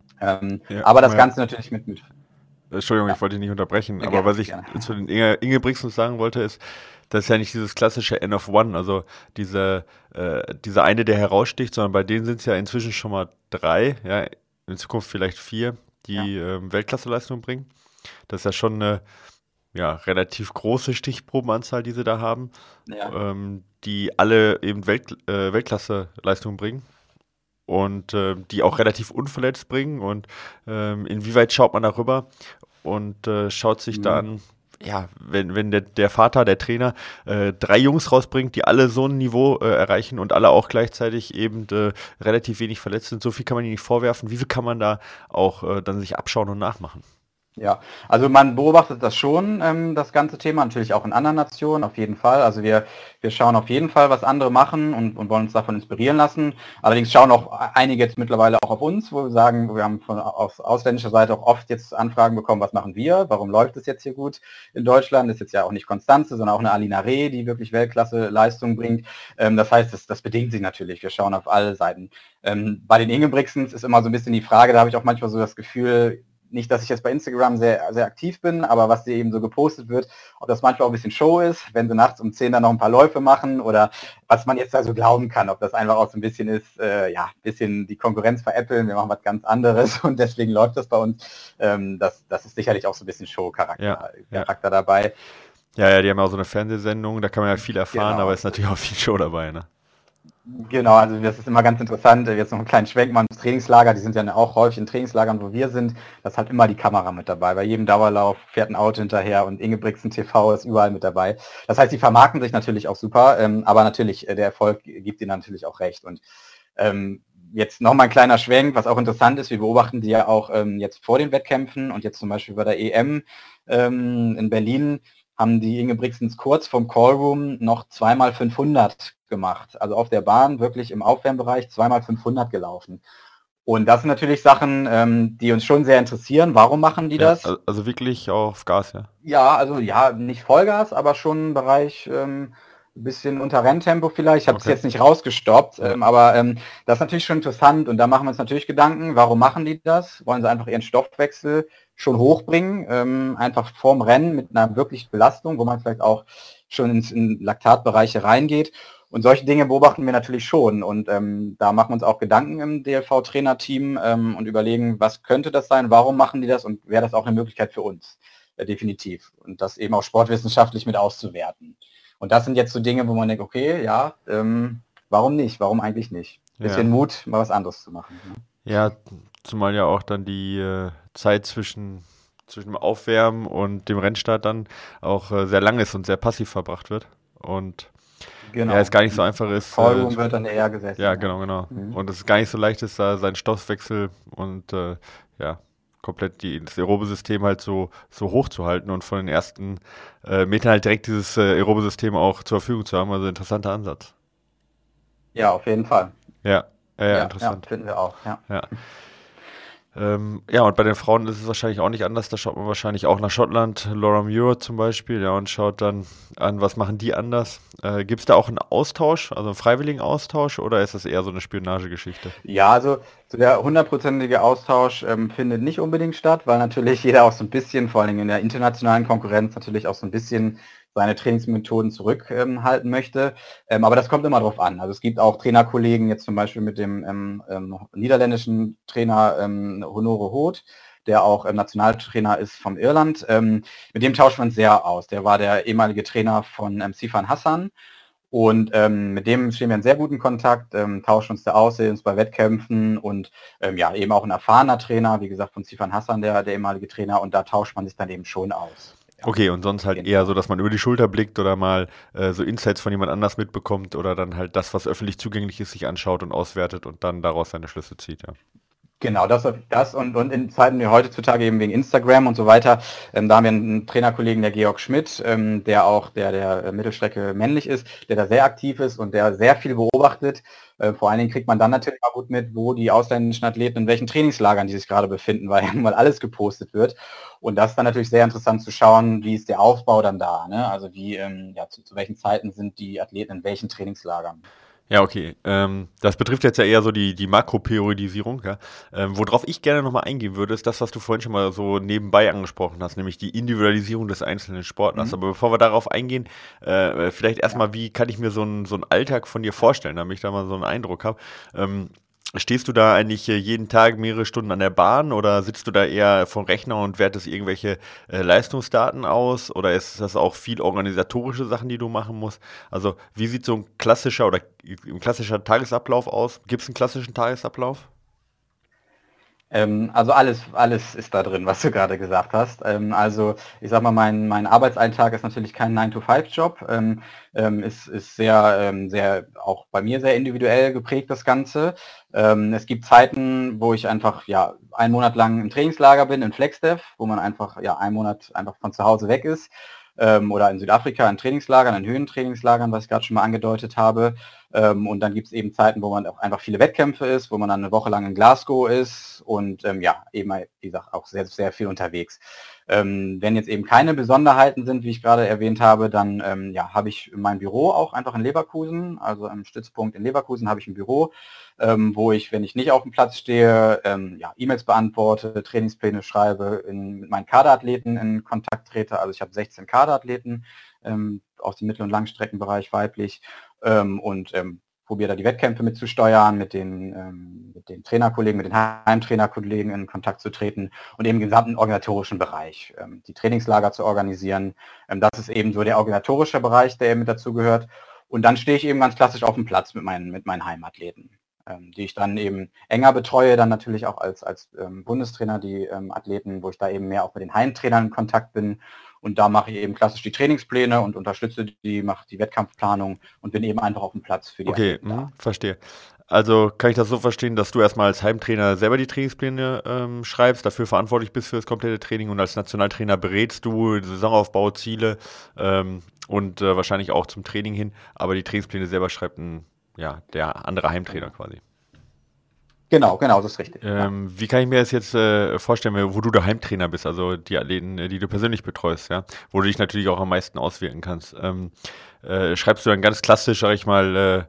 Aber das Ganze natürlich mit Entschuldigung, ich wollte dich nicht unterbrechen, aber gerne, was ich zu den Ingebrigtsens sagen wollte, ist, das ist ja nicht dieses klassische N of One, also dieser eine, der heraussticht, sondern bei denen sind es ja inzwischen schon mal 3, ja, in Zukunft vielleicht 4, die Weltklasseleistung bringen. Das ist ja schon eine relativ große Stichprobenanzahl, die sie da haben, die alle eben Weltklasseleistung bringen und die auch relativ unverletzt bringen und inwieweit schaut man darüber und schaut sich da an, wenn der Vater, der Trainer, 3 Jungs rausbringt, die alle so ein Niveau erreichen und alle auch gleichzeitig eben relativ wenig verletzt sind, so viel kann man ihnen nicht vorwerfen. Wie viel kann man da auch dann sich abschauen und nachmachen? Ja, also man beobachtet das schon, das ganze Thema, natürlich auch in anderen Nationen, auf jeden Fall. Also wir schauen auf jeden Fall, was andere machen und wollen uns davon inspirieren lassen. Allerdings schauen auch einige jetzt mittlerweile auch auf uns, wo wir sagen, wir haben aus ausländischer Seite auch oft jetzt Anfragen bekommen, was machen wir, warum läuft es jetzt hier gut in Deutschland? Das ist jetzt ja auch nicht Constanze, sondern auch eine Alina Reh, die wirklich Weltklasse-Leistung bringt. Das heißt, das bedingt sich natürlich. Wir schauen auf alle Seiten. Bei den Ingebrigtsens ist immer so ein bisschen die Frage, da habe ich auch manchmal so das Gefühl, nicht, dass ich jetzt bei Instagram sehr, sehr aktiv bin, aber was dir eben so gepostet wird, ob das manchmal auch ein bisschen Show ist, wenn sie nachts um 10 dann noch ein paar Läufe machen oder was man jetzt da so glauben kann, ob das einfach auch so ein bisschen ist, ein bisschen die Konkurrenz veräppeln, wir machen was ganz anderes und deswegen läuft das bei uns. Das ist sicherlich auch so ein bisschen Show-Charakter dabei. Ja, die haben ja auch so eine Fernsehsendung, da kann man ja viel erfahren, Genau. aber ist natürlich auch viel Show dabei, ne? Genau, also das ist immer ganz interessant. Jetzt noch einen kleinen Schwenk mal ins Trainingslager. Die sind ja auch häufig in Trainingslagern, wo wir sind. Da ist halt immer die Kamera mit dabei. Bei jedem Dauerlauf fährt ein Auto hinterher und Ingebrigtsen TV ist überall mit dabei. Das heißt, die vermarkten sich natürlich auch super, aber natürlich, der Erfolg gibt ihnen natürlich auch recht. Und jetzt nochmal ein kleiner Schwenk, was auch interessant ist, wir beobachten die ja auch jetzt vor den Wettkämpfen und jetzt zum Beispiel bei der EM in Berlin haben die Ingebrigtsens kurz vom Callroom noch 2x500 gemacht. Also auf der Bahn wirklich im Aufwärmbereich 2x500 gelaufen. Und das sind natürlich Sachen, die uns schon sehr interessieren. Warum machen die das? Also wirklich auf Gas, ja? Ja, also ja, nicht Vollgas, aber schon im Bereich ein bisschen unter Renntempo vielleicht. Ich habe es jetzt nicht rausgestoppt, aber das ist natürlich schon interessant und da machen wir uns natürlich Gedanken, warum machen die das? Wollen sie einfach ihren Stoffwechsel schon hochbringen, einfach vorm Rennen mit einer wirklichen Belastung, wo man vielleicht auch schon in Laktatbereiche reingeht. Und solche Dinge beobachten wir natürlich schon. Und da machen wir uns auch Gedanken im DLV-Trainerteam und überlegen, was könnte das sein, warum machen die das und wäre das auch eine Möglichkeit für uns? Definitiv. Und das eben auch sportwissenschaftlich mit auszuwerten. Und das sind jetzt so Dinge, wo man denkt, okay, ja, warum nicht? Warum eigentlich nicht? Bisschen Mut, mal was anderes zu machen. Ne? Ja, zumal ja auch dann die Zeit zwischen dem Aufwärmen und dem Rennstart dann auch sehr lang ist und sehr passiv verbracht wird. Und genau. Es gar nicht so einfach ist. Callroom wird dann eher gesessen. Ja, genau. Mhm. Und es gar nicht so leicht ist, da seinen Stoffwechsel und komplett das aerobe System halt so hoch zu halten und von den ersten Metern halt direkt dieses aerobe System auch zur Verfügung zu haben. Also interessanter Ansatz. Ja, auf jeden Fall. Ja, interessant. Ja, finden wir auch, ja. Und bei den Frauen ist es wahrscheinlich auch nicht anders. Da schaut man wahrscheinlich auch nach Schottland, Laura Muir zum Beispiel, ja, und schaut dann an, was machen die anders. Gibt es da auch einen Austausch, also einen freiwilligen Austausch, oder ist das eher so eine Spionagegeschichte? Ja, also so der 100%ige Austausch findet nicht unbedingt statt, weil natürlich jeder auch so ein bisschen, vor allem in der internationalen Konkurrenz, natürlich auch so ein bisschen seine Trainingsmethoden zurückhalten möchte. Aber das kommt immer drauf an. Also es gibt auch Trainerkollegen, jetzt zum Beispiel mit dem niederländischen Trainer Honore Hoth, der auch Nationaltrainer ist vom Irland. Mit dem tauscht man sehr aus. Der war der ehemalige Trainer von Sifan Hassan. Und mit dem stehen wir in sehr guten Kontakt, tauschen uns da aus, sehen uns bei Wettkämpfen und eben auch ein erfahrener Trainer, wie gesagt von Sifan Hassan, der ehemalige Trainer, und da tauscht man sich dann eben schon aus. Ja. Okay, und sonst halt eher so, dass man über die Schulter blickt oder mal so Insights von jemand anders mitbekommt oder dann halt das, was öffentlich zugänglich ist, sich anschaut und auswertet und dann daraus seine Schlüsse zieht, ja. Genau, das und in Zeiten wie heutzutage eben wegen Instagram und so weiter, da haben wir einen Trainerkollegen, der Georg Schmidt, der auch der Mittelstrecke männlich ist, der da sehr aktiv ist und der sehr viel beobachtet. Vor allen Dingen kriegt man dann natürlich auch gut mit, wo die ausländischen Athleten in welchen Trainingslagern die sich gerade befinden, weil alles gepostet wird. Und das ist dann natürlich sehr interessant zu schauen, wie ist der Aufbau dann da, ne? Also wie, zu welchen Zeiten sind die Athleten in welchen Trainingslagern. Ja, okay. Das betrifft jetzt ja eher so die Makroperiodisierung. Ja? Worauf ich gerne nochmal eingehen würde, ist das, was du vorhin schon mal so nebenbei angesprochen hast, nämlich die Individualisierung des einzelnen Sportlers. Aber bevor wir darauf eingehen, vielleicht erstmal, wie kann ich mir so einen Alltag von dir vorstellen, damit ich da mal so einen Eindruck habe. Stehst du da eigentlich jeden Tag mehrere Stunden an der Bahn oder sitzt du da eher vom Rechner und wertest irgendwelche Leistungsdaten aus oder ist das auch viel organisatorische Sachen, die du machen musst? Also wie sieht so ein klassischer Tagesablauf aus? Gibt es einen klassischen Tagesablauf? Also alles ist da drin, was du gerade gesagt hast. Also ich sag mal, mein Arbeitsalltag ist natürlich kein 9-to-5-Job. Ist sehr, auch bei mir sehr individuell geprägt, das Ganze. Es gibt Zeiten, wo ich einfach ja einen Monat lang im Trainingslager bin, in FlexDev, wo man einfach ja einen Monat einfach von zu Hause weg ist. Oder in Südafrika in Trainingslagern, in Höhentrainingslagern, was ich gerade schon mal angedeutet habe. Und dann gibt es eben Zeiten, wo man auch einfach viele Wettkämpfe ist, wo man dann eine Woche lang in Glasgow ist und ja, eben, wie gesagt, auch sehr, sehr viel unterwegs. Wenn jetzt eben keine Besonderheiten sind, wie ich gerade erwähnt habe, dann ja, habe ich mein Büro auch einfach in Leverkusen, also im Stützpunkt in Leverkusen habe ich ein Büro, wo ich, wenn ich nicht auf dem Platz stehe, ja, E-Mails beantworte, Trainingspläne schreibe, mit meinen Kaderathleten in Kontakt trete. Also ich habe 16 Kaderathleten aus dem Mittel- und Langstreckenbereich weiblich und probiere da die Wettkämpfe mitzusteuern, mit den Trainerkollegen, mit den Heimtrainerkollegen in Kontakt zu treten und eben im gesamten organisatorischen Bereich, die Trainingslager zu organisieren. Das ist eben so der organisatorische Bereich, der eben mit dazu gehört. Und dann stehe ich eben ganz klassisch auf dem Platz mit meinen Heimathleten, die ich dann eben enger betreue, dann natürlich auch als Bundestrainer die Athleten, wo ich da eben mehr auch mit den Heimtrainern in Kontakt bin. Und da mache ich eben klassisch die Trainingspläne und unterstütze die, mache die Wettkampfplanung und bin eben einfach auf dem Platz für die Okay, Athleten da. verstehe. Also kann ich das so verstehen, dass du erstmal als Heimtrainer selber die Trainingspläne schreibst, dafür verantwortlich bist für das komplette Training und als Nationaltrainer berätst du Saisonaufbau, Ziele und wahrscheinlich auch zum Training hin, aber die Trainingspläne selber schreibt ja, der andere Heimtrainer quasi. Genau, das ist richtig. Ja. Wie kann ich mir das jetzt vorstellen, wo du der Heimtrainer bist, also die Athleten, die du persönlich betreust, ja, wo du dich natürlich auch am meisten auswirken kannst. Schreibst du dann ganz klassisch, sag ich mal,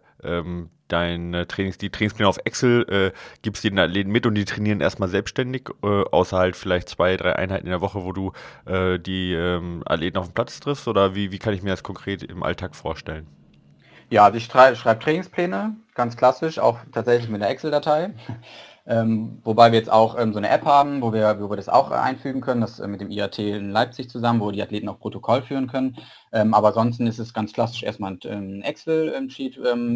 die Trainingspläne auf Excel, gibst die den Athleten mit und die trainieren erstmal selbstständig, außer halt vielleicht 2, 3 Einheiten in der Woche, wo du die Athleten auf dem Platz triffst, oder wie kann ich mir das konkret im Alltag vorstellen? Ja, also ich schreibe Trainingspläne, ganz klassisch, auch tatsächlich mit einer Excel-Datei. Wobei wir jetzt auch so eine App haben, wo wir das auch einfügen können, das mit dem IAT in Leipzig zusammen, wo die Athleten auch Protokoll führen können. Aber ansonsten ist es ganz klassisch erstmal ein Excel-Sheet,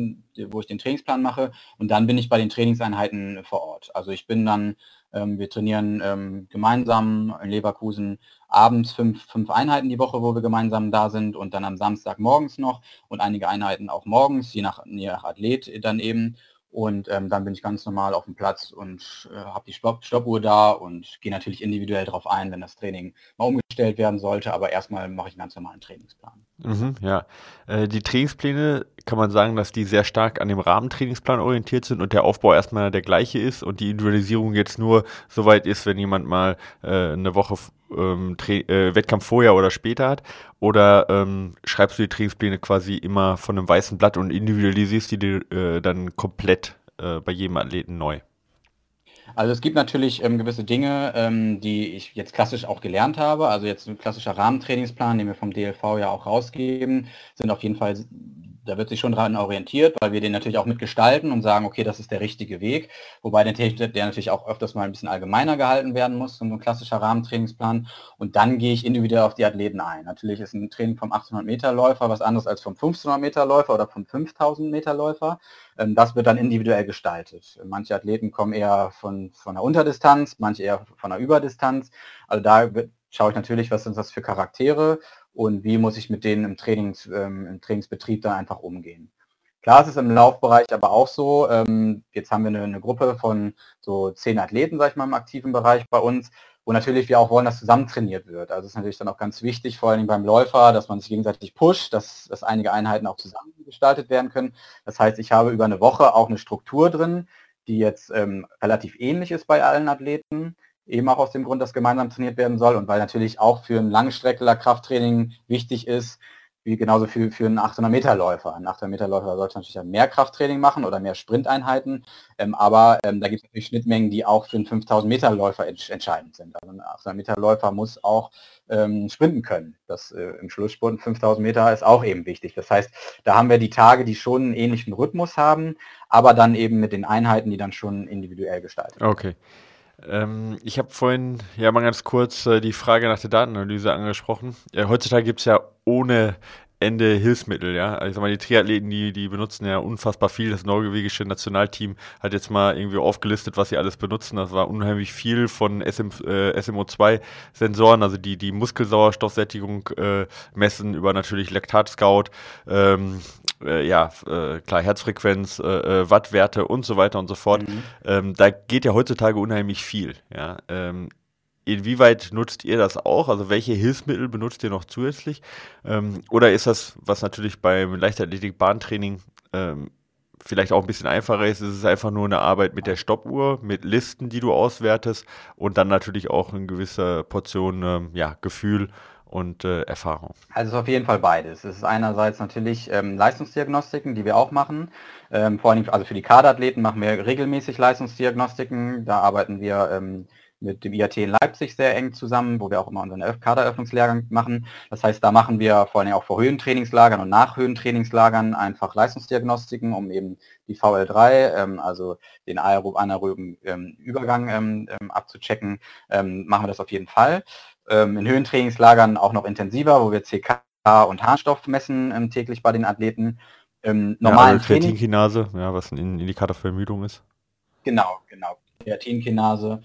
wo ich den Trainingsplan mache und dann bin ich bei den Trainingseinheiten vor Ort. Also ich bin dann, wir trainieren gemeinsam in Leverkusen abends fünf Einheiten die Woche, wo wir gemeinsam da sind und dann am Samstag morgens noch und einige Einheiten auch morgens, je nach Athlet dann eben. Und dann bin ich ganz normal auf dem Platz und habe die Stoppuhr da und gehe natürlich individuell darauf ein, wenn das Training mal umgestellt werden sollte. Aber erstmal mache ich einen ganz normalen Trainingsplan. Mhm, ja. Die Trainingspläne, kann man sagen, dass die sehr stark an dem Rahmentrainingsplan orientiert sind und der Aufbau erstmal der gleiche ist und die Individualisierung jetzt nur so weit ist, wenn jemand mal eine Woche Wettkampf vorher oder später hat? Oder schreibst du die Trainingspläne quasi immer von einem weißen Blatt und individualisierst die dann komplett bei jedem Athleten neu? Also es gibt natürlich gewisse Dinge, die ich jetzt klassisch auch gelernt habe. Also jetzt ein klassischer Rahmentrainingsplan, den wir vom DLV ja auch rausgeben, sind auf jeden Fall, da wird sich schon daran orientiert, weil wir den natürlich auch mitgestalten und sagen, okay, das ist der richtige Weg. Wobei der natürlich auch öfters mal ein bisschen allgemeiner gehalten werden muss, so ein klassischer Rahmentrainingsplan. Und dann gehe ich individuell auf die Athleten ein. Natürlich ist ein Training vom 1800 Meter Läufer was anderes als vom 1500 Meter Läufer oder vom 5000 Meter Läufer. Das wird dann individuell gestaltet. Manche Athleten kommen eher von der Unterdistanz, manche eher von der Überdistanz. Also da schaue ich natürlich, was sind das für Charaktere und wie muss ich mit denen im Trainingsbetrieb dann einfach umgehen. Klar, es ist im Laufbereich aber auch so, jetzt haben wir eine Gruppe von so 10 Athleten, sag ich mal, im aktiven Bereich bei uns, wo natürlich wir auch wollen, dass zusammen trainiert wird. Also es ist natürlich dann auch ganz wichtig, vor allem beim Läufer, dass man sich gegenseitig pusht, dass einige Einheiten auch zusammen gestaltet werden können. Das heißt, ich habe über eine Woche auch eine Struktur drin, die jetzt relativ ähnlich ist bei allen Athleten, eben auch aus dem Grund, dass gemeinsam trainiert werden soll und weil natürlich auch für ein Langstreckler Krafttraining wichtig ist, wie genauso für einen 800-Meter-Läufer. Ein 800-Meter-Läufer sollte natürlich mehr Krafttraining machen oder mehr Sprinteinheiten, aber da gibt es natürlich Schnittmengen, die auch für einen 5000-Meter-Läufer entscheidend sind. Also ein 800-Meter-Läufer muss auch sprinten können. Das im Schlussspurt 5000 Meter ist auch eben wichtig. Das heißt, da haben wir die Tage, die schon einen ähnlichen Rhythmus haben, aber dann eben mit den Einheiten, die dann schon individuell gestaltet werden. Okay. Ich habe vorhin ja mal ganz kurz die Frage nach der Datenanalyse angesprochen. Heutzutage gibt es ja ohne Ende Hilfsmittel, ja. Also ich sag mal, die Triathleten, die benutzen ja unfassbar viel. Das norwegische Nationalteam hat jetzt mal irgendwie aufgelistet, was sie alles benutzen. Das war unheimlich viel von SMO2-Sensoren, also die Muskelsauerstoffsättigung messen, über natürlich Laktat-Scout, klar, Herzfrequenz, Wattwerte und so weiter und so fort. Da geht ja heutzutage unheimlich viel, ja. Inwieweit nutzt ihr das auch? Also welche Hilfsmittel benutzt ihr noch zusätzlich? Oder ist das, was natürlich beim Leichtathletik-Bahntraining vielleicht auch ein bisschen einfacher ist, ist es einfach nur eine Arbeit mit der Stoppuhr, mit Listen, die du auswertest und dann natürlich auch eine gewisse Portion Gefühl und Erfahrung? Also es ist auf jeden Fall beides. Es ist einerseits natürlich Leistungsdiagnostiken, die wir auch machen. Vor allem also für die Kaderathleten machen wir regelmäßig Leistungsdiagnostiken. Da arbeiten wir mit dem IAT in Leipzig sehr eng zusammen, wo wir auch immer unseren Kaderöffnungslehrgang machen. Das heißt, da machen wir vor allem auch vor Höhentrainingslagern und nach Höhentrainingslagern einfach Leistungsdiagnostiken, um eben die VL3, also den anaeroben Übergang abzuchecken, machen wir das auf jeden Fall. In Höhentrainingslagern auch noch intensiver, wo wir CK und Harnstoff messen täglich bei den Athleten. Normalen Kreatinkinase, was ein Indikator für Ermüdung ist. Genau. Kreatinkinase,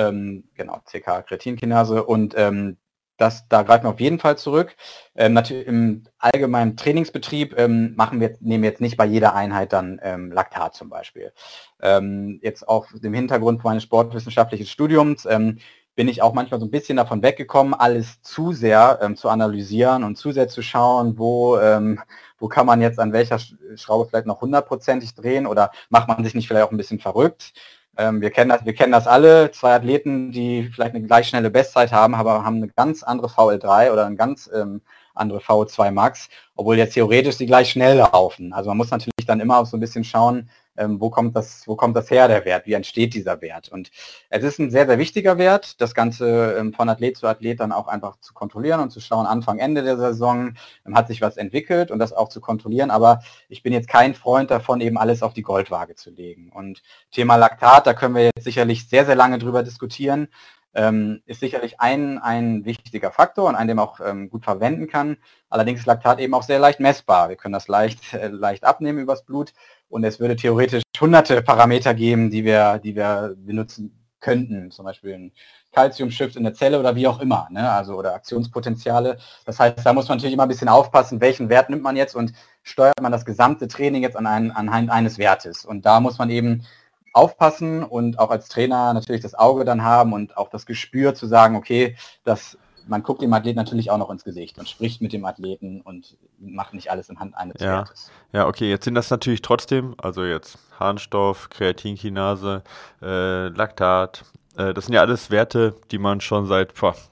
CK, Kreatinkinase und da greifen wir auf jeden Fall zurück. Natürlich im allgemeinen Trainingsbetrieb nehmen wir jetzt nicht bei jeder Einheit dann Laktat zum Beispiel. Jetzt auf dem Hintergrund meines sportwissenschaftlichen Studiums bin ich auch manchmal so ein bisschen davon weggekommen, alles zu sehr zu analysieren und zu sehr zu schauen, wo kann man jetzt an welcher Schraube vielleicht noch 100%ig drehen oder macht man sich nicht vielleicht auch ein bisschen verrückt. Wir kennen das alle, zwei Athleten, die vielleicht eine gleich schnelle Bestzeit haben, aber haben eine ganz andere VL3 oder eine ganz andere VO2 Max, obwohl jetzt theoretisch sie gleich schnell laufen. Also man muss natürlich dann immer auch so ein bisschen schauen, wo kommt das her, der Wert, wie entsteht dieser Wert. Und es ist ein sehr, sehr wichtiger Wert, das Ganze von Athlet zu Athlet dann auch einfach zu kontrollieren und zu schauen, Anfang, Ende der Saison hat sich was entwickelt und das auch zu kontrollieren. Aber ich bin jetzt kein Freund davon, eben alles auf die Goldwaage zu legen. Und Thema Laktat, da können wir jetzt sicherlich sehr, sehr lange drüber diskutieren. Ist sicherlich ein wichtiger Faktor und einen, den man auch gut verwenden kann. Allerdings ist Laktat eben auch sehr leicht messbar. Wir können das leicht abnehmen übers Blut und es würde theoretisch hunderte Parameter geben, die wir benutzen könnten. Zum Beispiel ein Calcium-Shift in der Zelle oder wie auch immer, ne? Also oder Aktionspotenziale. Das heißt, da muss man natürlich immer ein bisschen aufpassen, welchen Wert nimmt man jetzt und steuert man das gesamte Training jetzt anhand eines Wertes. Und da muss man eben aufpassen und auch als Trainer natürlich das Auge dann haben und auch das Gespür zu sagen, okay, man guckt dem Athleten natürlich auch noch ins Gesicht und spricht mit dem Athleten und macht nicht alles anhand eines Wertes. Ja, okay, jetzt sind das natürlich trotzdem, also jetzt Harnstoff, Kreatinkinase, Laktat, das sind ja alles Werte, die man schon seit,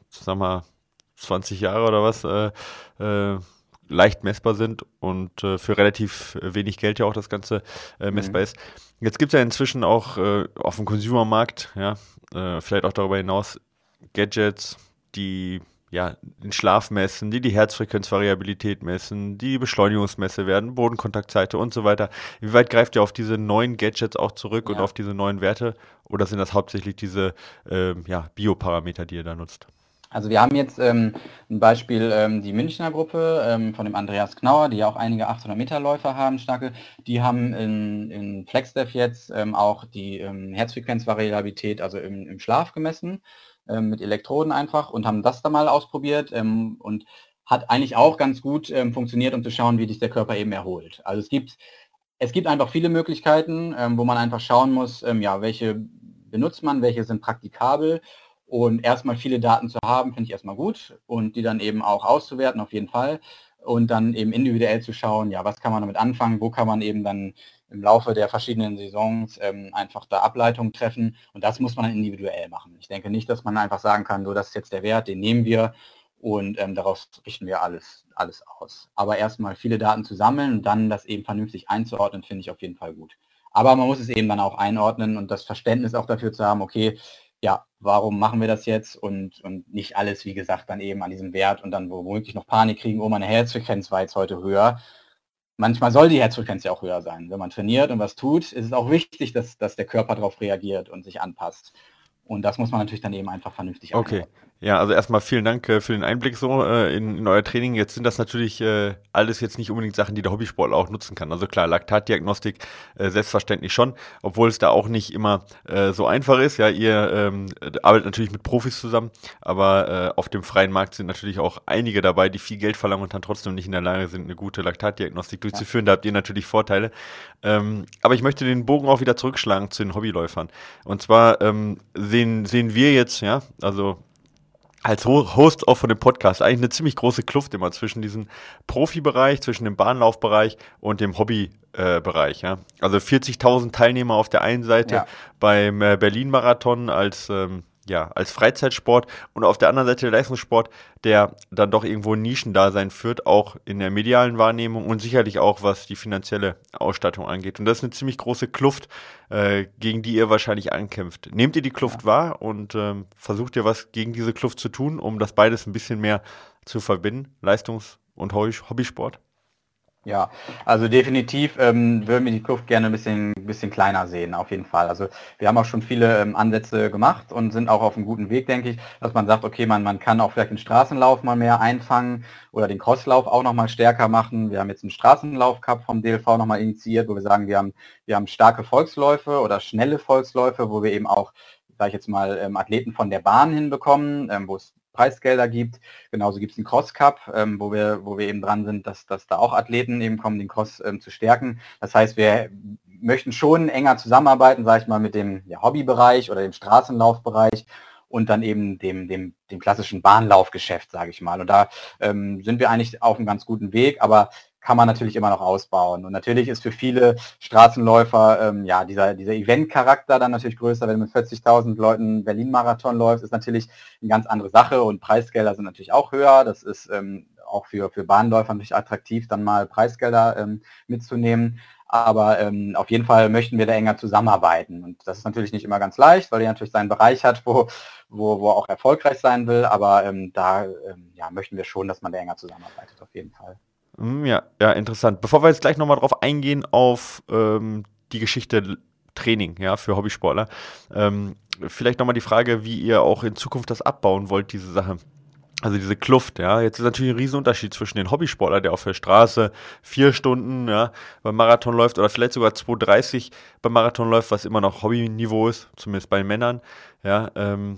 20 Jahre oder was leicht messbar sind und für relativ wenig Geld ja auch das Ganze messbar ist. Jetzt gibt es ja inzwischen auch auf dem Consumermarkt, vielleicht auch darüber hinaus, Gadgets, die den Schlaf messen, die Herzfrequenzvariabilität messen, die Beschleunigungsmesse werden, Bodenkontaktseite und so weiter. Wie weit greift ihr auf diese neuen Gadgets auch zurück und auf diese neuen Werte? Oder sind das hauptsächlich diese Bioparameter, die ihr da nutzt? Also wir haben jetzt ein Beispiel, die Münchner Gruppe von dem Andreas Knauer, die ja auch einige 800-Meter-Läufer haben, starke. Die haben in FlexDev jetzt auch die Herzfrequenzvariabilität, also im Schlaf gemessen, mit Elektroden einfach und haben das da mal ausprobiert und hat eigentlich auch ganz gut funktioniert, um zu schauen, wie sich der Körper eben erholt. Also es gibt einfach viele Möglichkeiten, wo man einfach schauen muss, welche benutzt man, welche sind praktikabel. Und erstmal viele Daten zu haben, finde ich erstmal gut und die dann eben auch auszuwerten, auf jeden Fall. Und dann eben individuell zu schauen, was kann man damit anfangen, wo kann man eben dann im Laufe der verschiedenen Saisons einfach da Ableitungen treffen. Und das muss man dann individuell machen. Ich denke nicht, dass man einfach sagen kann, so, das ist jetzt der Wert, den nehmen wir und daraus richten wir alles aus. Aber erstmal viele Daten zu sammeln und dann das eben vernünftig einzuordnen, finde ich auf jeden Fall gut. Aber man muss es eben dann auch einordnen und das Verständnis auch dafür zu haben, okay, warum machen wir das jetzt und nicht alles, wie gesagt, dann eben an diesem Wert und dann womöglich noch Panik kriegen, oh, meine Herzfrequenz war jetzt heute höher. Manchmal soll die Herzfrequenz ja auch höher sein. Wenn man trainiert und was tut, ist es auch wichtig, dass der Körper darauf reagiert und sich anpasst. Und das muss man natürlich dann eben einfach vernünftig Okay. einordnen. Ja, also erstmal vielen Dank für den Einblick so in euer Training. Jetzt sind das natürlich alles jetzt nicht unbedingt Sachen, die der Hobbysportler auch nutzen kann. Also klar, Laktatdiagnostik selbstverständlich schon, obwohl es da auch nicht immer so einfach ist. Ja, ihr arbeitet natürlich mit Profis zusammen, aber auf dem freien Markt sind natürlich auch einige dabei, die viel Geld verlangen und dann trotzdem nicht in der Lage sind, eine gute Laktatdiagnostik durchzuführen. Da habt ihr natürlich Vorteile. Aber ich möchte den Bogen auch wieder zurückschlagen zu den Hobbyläufern. Und zwar sehen wir jetzt, ja, also als Host auch von dem Podcast eigentlich eine ziemlich große Kluft immer zwischen diesem Profibereich, zwischen dem Bahnlaufbereich und dem Hobbybereich. Ja. Also 40.000 Teilnehmer auf der einen Seite beim Berlin-Marathon als Freizeitsport und auf der anderen Seite der Leistungssport, der dann doch irgendwo ein Nischendasein führt, auch in der medialen Wahrnehmung und sicherlich auch, was die finanzielle Ausstattung angeht. Und das ist eine ziemlich große Kluft, gegen die ihr wahrscheinlich ankämpft. Nehmt ihr die Kluft wahr und versucht ihr was gegen diese Kluft zu tun, um das beides ein bisschen mehr zu verbinden, Leistungs- und Hobbysport? Ja, also definitiv würden wir die Kluft gerne ein bisschen kleiner sehen, auf jeden Fall. Also wir haben auch schon viele Ansätze gemacht und sind auch auf einem guten Weg, denke ich, dass man sagt, okay, man kann auch vielleicht den Straßenlauf mal mehr einfangen oder den Crosslauf auch nochmal stärker machen. Wir haben jetzt einen Straßenlauf-Cup vom DLV nochmal initiiert, wo wir sagen, wir haben starke Volksläufe oder schnelle Volksläufe, wo wir eben auch, sage ich jetzt mal, Athleten von der Bahn hinbekommen, wo es Preisgelder gibt. Genauso gibt es einen Cross Cup, wo wir eben dran sind, dass da auch Athleten eben kommen, den Cross zu stärken. Das heißt, wir möchten schon enger zusammenarbeiten, sage ich mal, mit dem Hobbybereich oder dem Straßenlaufbereich und dann eben dem klassischen Bahnlaufgeschäft, sage ich mal. Und da sind wir eigentlich auf einem ganz guten Weg, aber kann man natürlich immer noch ausbauen. Und natürlich ist für viele Straßenläufer dieser Event-Charakter dann natürlich größer. Wenn du mit 40.000 Leuten Berlin-Marathon läufst, ist natürlich eine ganz andere Sache und Preisgelder sind natürlich auch höher. Das ist auch für Bahnläufer natürlich attraktiv, dann mal Preisgelder mitzunehmen. Aber auf jeden Fall möchten wir da enger zusammenarbeiten. Und das ist natürlich nicht immer ganz leicht, weil er natürlich seinen Bereich hat, wo er auch erfolgreich sein will. Aber da möchten wir schon, dass man da enger zusammenarbeitet, auf jeden Fall. Ja, interessant. Bevor wir jetzt gleich nochmal drauf eingehen, auf die Geschichte Training, ja, für Hobbysportler, vielleicht nochmal die Frage, wie ihr auch in Zukunft das abbauen wollt, diese Sache. Also diese Kluft, ja. Jetzt ist natürlich ein Riesenunterschied zwischen den Hobbysportler, der auf der Straße 4 Stunden beim Marathon läuft oder vielleicht sogar 2,30 beim Marathon läuft, was immer noch Hobbyniveau ist, zumindest bei den Männern, ja,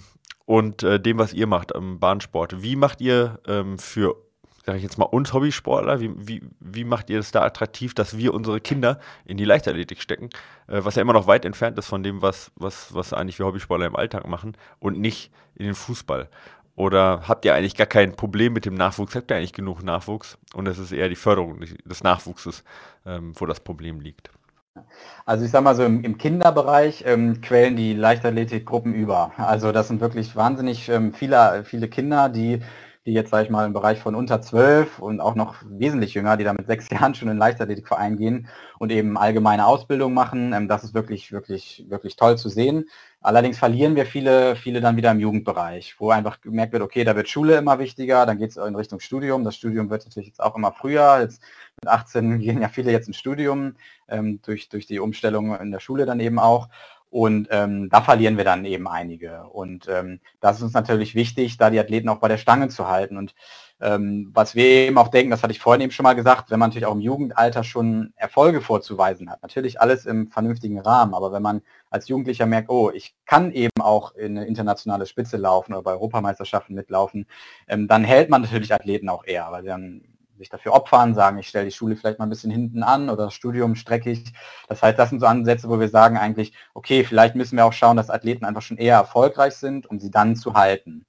und dem, was ihr macht am Bahnsport. Wie macht ihr für, sage ich jetzt mal, uns Hobbysportler, wie macht ihr es da attraktiv, dass wir unsere Kinder in die Leichtathletik stecken, was ja immer noch weit entfernt ist von dem, was eigentlich wir Hobbysportler im Alltag machen und nicht in den Fußball? Oder habt ihr eigentlich gar kein Problem mit dem Nachwuchs? Habt ihr eigentlich genug Nachwuchs? Und es ist eher die Förderung des Nachwuchses, wo das Problem liegt. Also ich sag mal so, im Kinderbereich quellen die Leichtathletikgruppen über. Also das sind wirklich wahnsinnig viele Kinder, die jetzt, sage ich mal, im Bereich von unter 12 und auch noch wesentlich jünger, die da mit 6 Jahren schon in den Leichtathletikverein gehen und eben allgemeine Ausbildung machen. Das ist wirklich, wirklich, wirklich toll zu sehen. Allerdings verlieren wir viele dann wieder im Jugendbereich, wo einfach gemerkt wird, okay, da wird Schule immer wichtiger, dann geht es in Richtung Studium. Das Studium wird natürlich jetzt auch immer früher. Jetzt mit 18 gehen ja viele jetzt ins Studium, durch die Umstellung in der Schule dann eben auch. Und da verlieren wir dann eben einige. Und das ist uns natürlich wichtig, da die Athleten auch bei der Stange zu halten. Und was wir eben auch denken, das hatte ich vorhin eben schon mal gesagt, wenn man natürlich auch im Jugendalter schon Erfolge vorzuweisen hat, natürlich alles im vernünftigen Rahmen, aber wenn man als Jugendlicher merkt, oh, ich kann eben auch in eine internationale Spitze laufen oder bei Europameisterschaften mitlaufen, dann hält man natürlich Athleten auch eher, weil sie dann sich dafür opfern, sagen, ich stelle die Schule vielleicht mal ein bisschen hinten an oder das Studium strecke ich. Das heißt, das sind so Ansätze, wo wir sagen eigentlich, okay, vielleicht müssen wir auch schauen, dass Athleten einfach schon eher erfolgreich sind, um sie dann zu halten.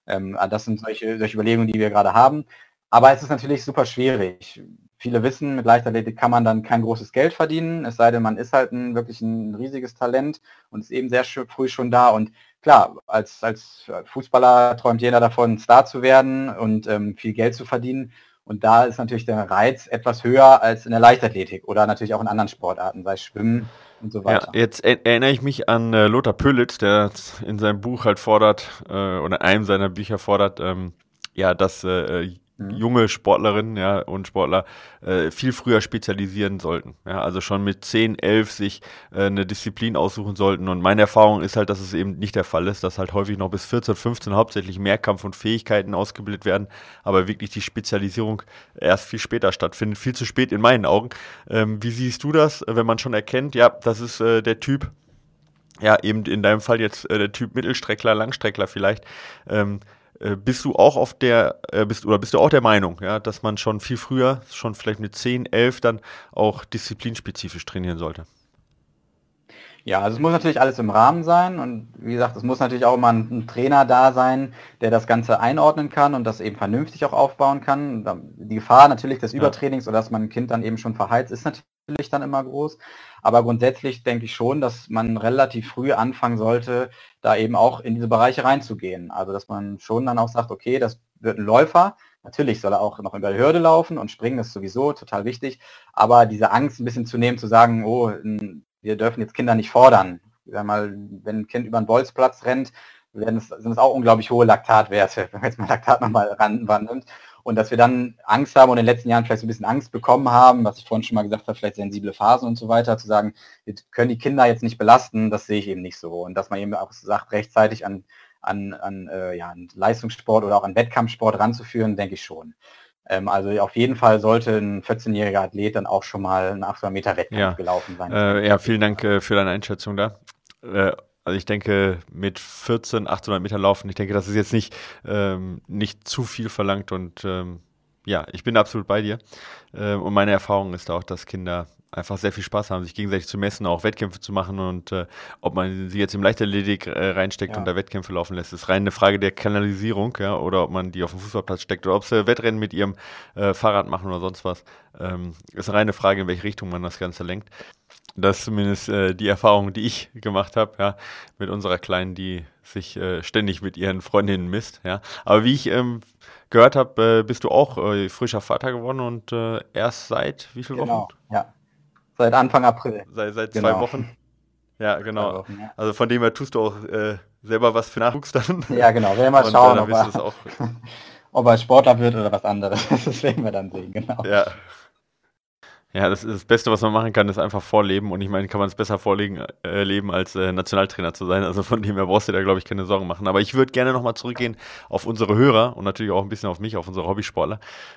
Das sind solche Überlegungen, die wir gerade haben. Aber es ist natürlich super schwierig. Viele wissen, mit Leichtathletik kann man dann kein großes Geld verdienen, es sei denn, man ist halt wirklich ein riesiges Talent und ist eben sehr früh schon da. Und klar, als Fußballer träumt jeder davon, Star zu werden und viel Geld zu verdienen. Und da ist natürlich der Reiz etwas höher als in der Leichtathletik oder natürlich auch in anderen Sportarten, sei es Schwimmen und so weiter. Ja, jetzt erinnere ich mich an Lothar Pölitz, der in seinem Buch halt fordert, oder in einem seiner Bücher fordert, dass junge Sportlerinnen, ja, und Sportler viel früher spezialisieren sollten. Ja, also schon mit 10, 11 sich eine Disziplin aussuchen sollten. Und meine Erfahrung ist halt, dass es eben nicht der Fall ist, dass halt häufig noch bis 14, 15 hauptsächlich Mehrkampf und Fähigkeiten ausgebildet werden, aber wirklich die Spezialisierung erst viel später stattfindet. Viel zu spät in meinen Augen. Wie siehst du das, wenn man schon erkennt, ja, das ist der Typ, ja, eben in deinem Fall jetzt der Typ Mittelstreckler, Langstreckler vielleicht, bist du auch bist du auch der Meinung, ja, dass man schon viel früher, schon vielleicht mit 10, 11 dann auch disziplinspezifisch trainieren sollte? Ja, also es muss natürlich alles im Rahmen sein und wie gesagt, es muss natürlich auch immer ein Trainer da sein, der das Ganze einordnen kann und das eben vernünftig auch aufbauen kann. Die Gefahr natürlich des Übertrainings oder dass man ein Kind dann eben schon verheizt, ist natürlich dann immer groß. Aber grundsätzlich denke ich schon, dass man relativ früh anfangen sollte, da eben auch in diese Bereiche reinzugehen. Also dass man schon dann auch sagt, okay, das wird ein Läufer. Natürlich soll er auch noch über die Hürde laufen und springen ist sowieso total wichtig. Aber diese Angst ein bisschen zu nehmen, zu sagen, oh, wir dürfen jetzt Kinder nicht fordern. Sag mal, wenn ein Kind über einen Bolzplatz rennt, sind es auch unglaublich hohe Laktatwerte, wenn man jetzt mal Laktat nochmal rannimmt. Und dass wir dann Angst haben und in den letzten Jahren vielleicht so ein bisschen Angst bekommen haben, was ich vorhin schon mal gesagt habe, vielleicht sensible Phasen und so weiter, zu sagen, wir können die Kinder jetzt nicht belasten, das sehe ich eben nicht so. Und dass man eben auch sagt, rechtzeitig an Leistungssport oder auch an Wettkampfsport ranzuführen, denke ich schon. Also auf jeden Fall sollte ein 14-jähriger Athlet dann auch schon mal einen 800 Meter Wettkampf gelaufen sein. Vielen Dank für deine Einschätzung da. Also ich denke, mit 14, 800 Meter laufen, ich denke, das ist jetzt nicht zu viel verlangt und ja, ich bin absolut bei dir. Und meine Erfahrung ist auch, dass Kinder einfach sehr viel Spaß haben, sich gegenseitig zu messen, auch Wettkämpfe zu machen und ob man sie jetzt im Leichtathletik reinsteckt und da Wettkämpfe laufen lässt, ist rein eine Frage der Kanalisierung, ja, oder ob man die auf dem Fußballplatz steckt oder ob sie Wettrennen mit ihrem Fahrrad machen oder sonst was. Ist eine reine Frage, in welche Richtung man das Ganze lenkt. Das ist zumindest die Erfahrung, die ich gemacht habe, ja, mit unserer Kleinen, die sich ständig mit ihren Freundinnen misst, ja. Aber wie ich gehört habe, bist du auch frischer Vater geworden und erst seit wie vielen Wochen? Genau, ja. Seit Anfang April. Seit 2 Wochen. Ja, genau. Wochen, ja. Also von dem her tust du auch selber was für Nachwuchs dann. Ja, genau. Werden wir mal schauen, und, ob er Sportler wird oder was anderes. Das werden wir dann sehen, genau. Ja. Ja, das ist das Beste, was man machen kann, ist einfach vorleben. Und ich meine, kann man es besser leben, als Nationaltrainer zu sein. Also von dem her brauchst du da, glaube ich, keine Sorgen machen. Aber ich würde gerne nochmal zurückgehen auf unsere Hörer und natürlich auch ein bisschen auf mich, auf unsere Hobbysportler.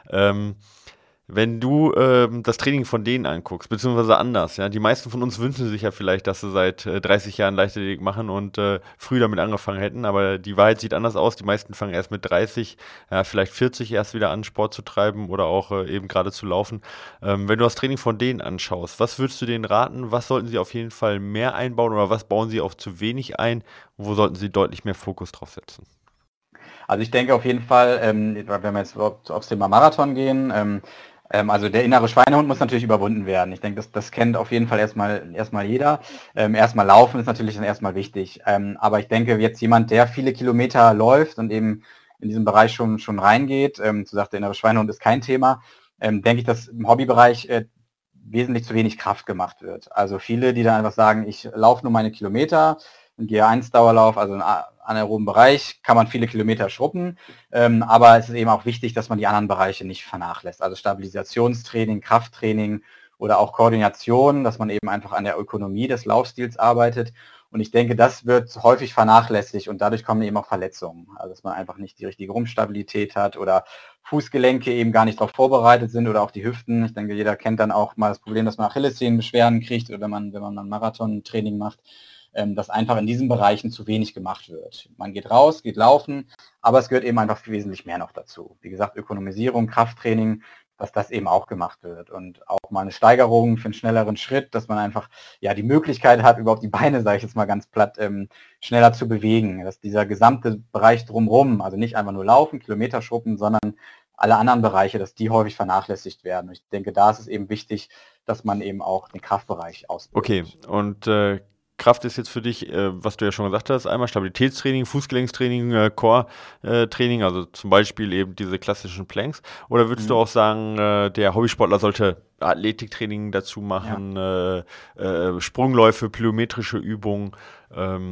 Wenn du das Training von denen anguckst, beziehungsweise anders, ja, die meisten von uns wünschen sich ja vielleicht, dass sie seit 30 Jahren Leichtathletik machen und früh damit angefangen hätten, aber die Wahrheit sieht anders aus. Die meisten fangen erst mit 30, ja, vielleicht 40 erst wieder an, Sport zu treiben oder auch eben gerade zu laufen. Wenn du das Training von denen anschaust, was würdest du denen raten? Was sollten sie auf jeden Fall mehr einbauen oder was bauen sie auch zu wenig ein? Wo sollten sie deutlich mehr Fokus drauf setzen? Also ich denke auf jeden Fall, wenn wir jetzt aufs Thema Marathon gehen, also der innere Schweinehund muss natürlich überwunden werden. Ich denke, das kennt auf jeden Fall erstmal jeder. Erstmal laufen ist natürlich dann erstmal wichtig. Aber ich denke, jetzt jemand, der viele Kilometer läuft und eben in diesem Bereich schon reingeht, zu sagt, der innere Schweinehund ist kein Thema, denke ich, dass im Hobbybereich wesentlich zu wenig Kraft gemacht wird. Also viele, die dann einfach sagen, ich laufe nur meine Kilometer, ein G1-Dauerlauf, also einen anaeroben Bereich, kann man viele Kilometer schruppen, aber es ist eben auch wichtig, dass man die anderen Bereiche nicht vernachlässt. Also Stabilisationstraining, Krafttraining oder auch Koordination, dass man eben einfach an der Ökonomie des Laufstils arbeitet. Und ich denke, das wird häufig vernachlässigt und dadurch kommen eben auch Verletzungen. Also dass man einfach nicht die richtige Rumpfstabilität hat oder Fußgelenke eben gar nicht darauf vorbereitet sind oder auch die Hüften. Ich denke, jeder kennt dann auch mal das Problem, dass man Achillessehnenbeschwerden kriegt oder wenn man ein Marathontraining macht, dass einfach in diesen Bereichen zu wenig gemacht wird. Man geht raus, geht laufen, aber es gehört eben einfach wesentlich mehr noch dazu. Wie gesagt, Ökonomisierung, Krafttraining, dass das eben auch gemacht wird und auch mal eine Steigerung für einen schnelleren Schritt, dass man einfach ja die Möglichkeit hat, überhaupt die Beine, sage ich jetzt mal ganz platt, schneller zu bewegen. Dass dieser gesamte Bereich drumherum, also nicht einfach nur laufen, Kilometer schruppen, sondern alle anderen Bereiche, dass die häufig vernachlässigt werden. Und ich denke, da ist es eben wichtig, dass man eben auch den Kraftbereich ausbildet. Okay, und Kraft ist jetzt für dich, was du ja schon gesagt hast, einmal Stabilitätstraining, Fußgelenkstraining, Core-Training, also zum Beispiel eben diese klassischen Planks. Oder würdest du auch sagen, der Hobbysportler sollte Athletiktraining dazu machen, Sprungläufe, plyometrische Übungen?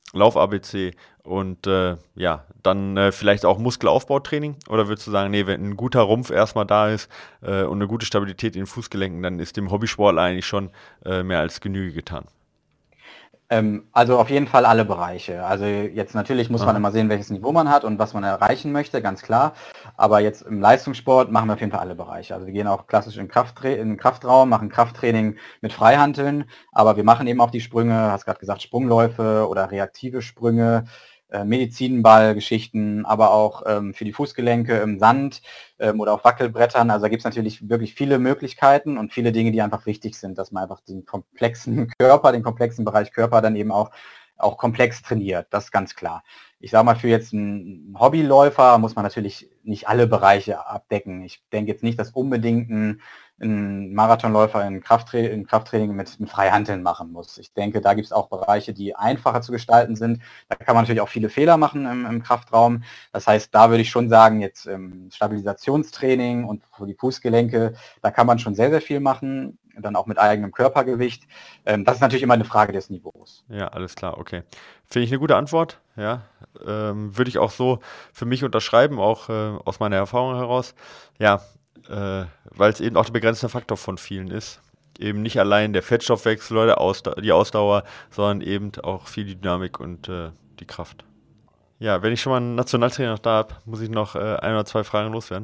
Lauf-ABC und dann vielleicht auch Muskelaufbautraining? Oder würdest du sagen, nee, wenn ein guter Rumpf erstmal da ist und eine gute Stabilität in den Fußgelenken, dann ist dem Hobbysportler eigentlich schon mehr als Genüge getan? Also auf jeden Fall alle Bereiche. Also jetzt natürlich muss man immer sehen, welches Niveau man hat und was man erreichen möchte, ganz klar. Aber jetzt im Leistungssport machen wir auf jeden Fall alle Bereiche. Also wir gehen auch klassisch in den Kraftraum, machen Krafttraining mit Freihanteln, aber wir machen eben auch die Sprünge, hast gerade gesagt, Sprungläufe oder reaktive Sprünge, Medizinball-Geschichten, aber auch für die Fußgelenke im Sand oder auf Wackelbrettern. Also da gibt es natürlich wirklich viele Möglichkeiten und viele Dinge, die einfach wichtig sind, dass man einfach den komplexen Körper, den komplexen Bereich Körper dann eben auch komplex trainiert. Das ist ganz klar. Ich sage mal, für jetzt einen Hobbyläufer muss man natürlich nicht alle Bereiche abdecken. Ich denke jetzt nicht, dass unbedingt ein Marathonläufer in Krafttraining mit Freihanteln machen muss. Ich denke, da gibt es auch Bereiche, die einfacher zu gestalten sind. Da kann man natürlich auch viele Fehler machen im Kraftraum. Das heißt, da würde ich schon sagen, jetzt Stabilisationstraining und für die Fußgelenke, da kann man schon sehr, sehr viel machen, dann auch mit eigenem Körpergewicht. Das ist natürlich immer eine Frage des Niveaus. Ja, alles klar, okay. Finde ich eine gute Antwort, ja. Würde ich auch so für mich unterschreiben, auch aus meiner Erfahrung heraus. Ja, weil es eben auch der begrenzte Faktor von vielen ist. Eben nicht allein der Fettstoffwechsel oder die Ausdauer, sondern eben auch viel die Dynamik und die Kraft. Ja, wenn ich schon mal einen Nationaltrainer noch da habe, muss ich noch ein oder zwei Fragen loswerden.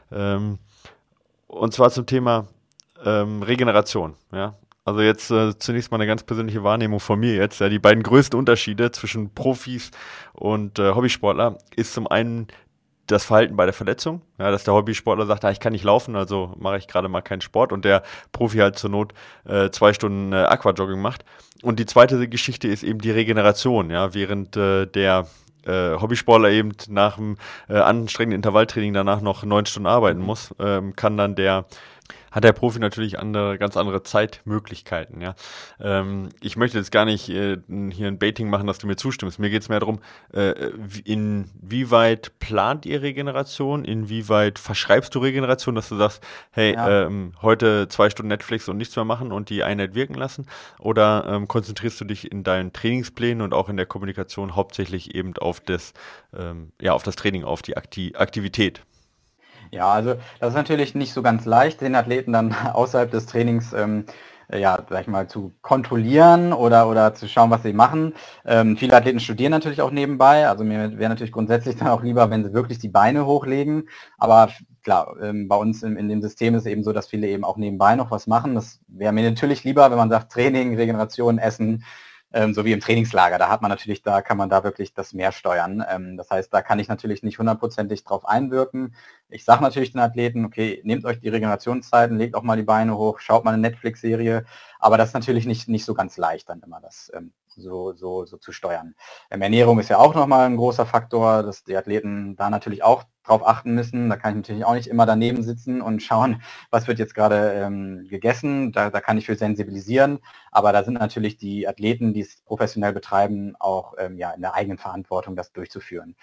Und zwar zum Thema Regeneration. Ja? Also jetzt zunächst mal eine ganz persönliche Wahrnehmung von mir jetzt. Ja, die beiden größten Unterschiede zwischen Profis und Hobbysportler ist zum einen das Verhalten bei der Verletzung, ja, dass der Hobbysportler sagt, ich kann nicht laufen, also mache ich gerade mal keinen Sport und der Profi halt zur Not 2 Stunden Aquajogging macht. Und die zweite Geschichte ist eben die Regeneration, ja, während der Hobbysportler eben nach dem anstrengenden Intervalltraining danach noch 9 Stunden arbeiten muss, hat der Profi natürlich ganz andere Zeitmöglichkeiten. Ja? Ich möchte jetzt gar nicht hier ein Baiting machen, dass du mir zustimmst. Mir geht es mehr darum, inwieweit plant ihr Regeneration, inwieweit verschreibst du Regeneration, dass du sagst, hey, ja. Heute 2 Stunden Netflix und nichts mehr machen und die Einheit wirken lassen? Oder konzentrierst du dich in deinen Trainingsplänen und auch in der Kommunikation hauptsächlich eben auf das Training, auf die Aktivität? Ja, also das ist natürlich nicht so ganz leicht, den Athleten dann außerhalb des Trainings sag ich mal, zu kontrollieren oder zu schauen, was sie machen. Viele Athleten studieren natürlich auch nebenbei. Also mir wäre natürlich grundsätzlich dann auch lieber, wenn sie wirklich die Beine hochlegen. Aber klar, bei uns in dem System ist es eben so, dass viele eben auch nebenbei noch was machen. Das wäre mir natürlich lieber, wenn man sagt, Training, Regeneration, Essen, so wie im Trainingslager. Da kann man da wirklich das mehr steuern. Das heißt, da kann ich natürlich nicht 100%ig drauf einwirken. Ich sage natürlich den Athleten, okay, nehmt euch die Regenerationszeiten, legt auch mal die Beine hoch, schaut mal eine Netflix-Serie, aber das ist natürlich nicht so ganz leicht, dann immer das so zu steuern. Ernährung ist ja auch nochmal ein großer Faktor, dass die Athleten da natürlich auch drauf achten müssen. Da kann ich natürlich auch nicht immer daneben sitzen und schauen, was wird jetzt gerade gegessen. Da kann ich für sensibilisieren. Aber da sind natürlich die Athleten, die es professionell betreiben, auch in der eigenen Verantwortung, das durchzuführen.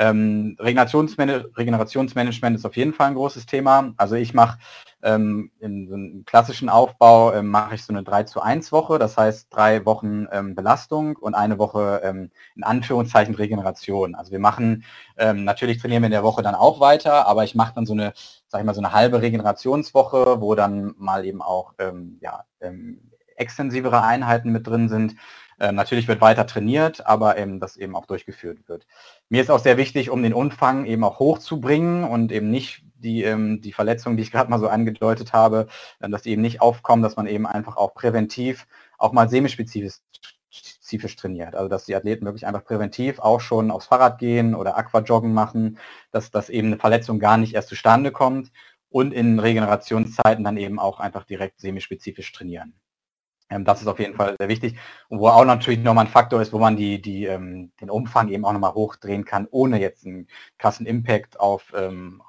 Regenerationsmanagement ist auf jeden Fall ein großes Thema. Also ich mache in so einem klassischen Aufbau mache ich so eine 3:1 Woche, das heißt 3 Wochen Belastung und eine Woche in Anführungszeichen Regeneration. Also wir machen, natürlich trainieren wir in der Woche dann auch weiter, aber ich mache dann so eine halbe Regenerationswoche, wo dann mal eben auch extensivere Einheiten mit drin sind. Natürlich wird weiter trainiert, aber das eben auch durchgeführt wird. Mir ist auch sehr wichtig, um den Umfang eben auch hochzubringen und eben nicht die Verletzungen, die ich gerade mal so angedeutet habe, dass die eben nicht aufkommen, dass man eben einfach auch präventiv auch mal semispezifisch trainiert. Also dass die Athleten wirklich einfach präventiv auch schon aufs Fahrrad gehen oder Aquajoggen machen, dass eben eine Verletzung gar nicht erst zustande kommt und in Regenerationszeiten dann eben auch einfach direkt semispezifisch trainieren. Das ist auf jeden Fall sehr wichtig. Und wo auch natürlich nochmal ein Faktor ist, wo man den Umfang eben auch nochmal hochdrehen kann, ohne jetzt einen krassen Impact auf den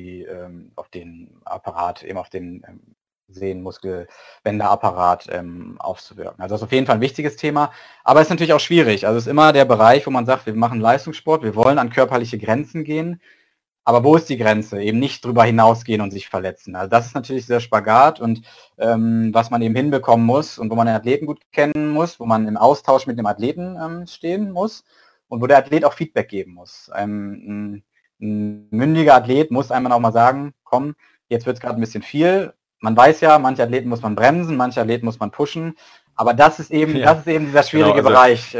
Apparat, eben auf den Sehnenmuskelbänderapparat aufzuwirken. Also das ist auf jeden Fall ein wichtiges Thema, aber es ist natürlich auch schwierig. Also es ist immer der Bereich, wo man sagt, wir machen Leistungssport, wir wollen an körperliche Grenzen gehen, Aber wo ist die Grenze? Eben nicht drüber hinausgehen und sich verletzen. Also das ist natürlich sehr Spagat und was man eben hinbekommen muss und wo man den Athleten gut kennen muss, wo man im Austausch mit dem Athleten stehen muss und wo der Athlet auch Feedback geben muss. Ein mündiger Athlet muss einmal auch mal sagen, komm, jetzt wird es gerade ein bisschen viel. Man weiß ja, manche Athleten muss man bremsen, manche Athleten muss man pushen. Aber das ist eben dieser schwierige Bereich.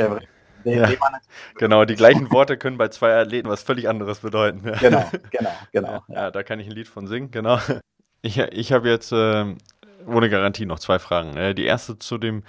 Genau, die gleichen Worte können bei zwei Athleten was völlig anderes bedeuten. Genau. Ja, da kann ich ein Lied von singen, genau. Ich habe jetzt ohne Garantie noch 2 Fragen. Die erste zu dem,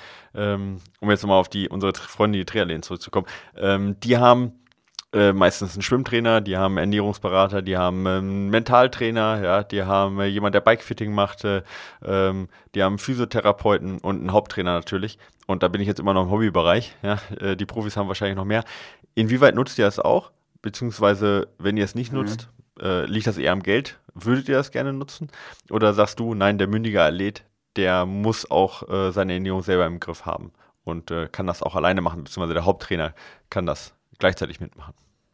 um jetzt nochmal auf unsere Freunde, die Triathleten zurückzukommen. Die haben meistens einen Schwimmtrainer, die haben einen Ernährungsberater, die haben einen Mentaltrainer, ja, die haben jemand, der Bikefitting macht, die haben einen Physiotherapeuten und einen Haupttrainer natürlich. Und da bin ich jetzt immer noch im Hobbybereich. Ja, die Profis haben wahrscheinlich noch mehr. Inwieweit nutzt ihr das auch? Beziehungsweise, wenn ihr es nicht nutzt, liegt das eher am Geld? Würdet ihr das gerne nutzen? Oder sagst du, nein, der mündige Athlet, der muss auch seine Ernährung selber im Griff haben und kann das auch alleine machen, beziehungsweise der Haupttrainer kann das gleichzeitig mitmachen?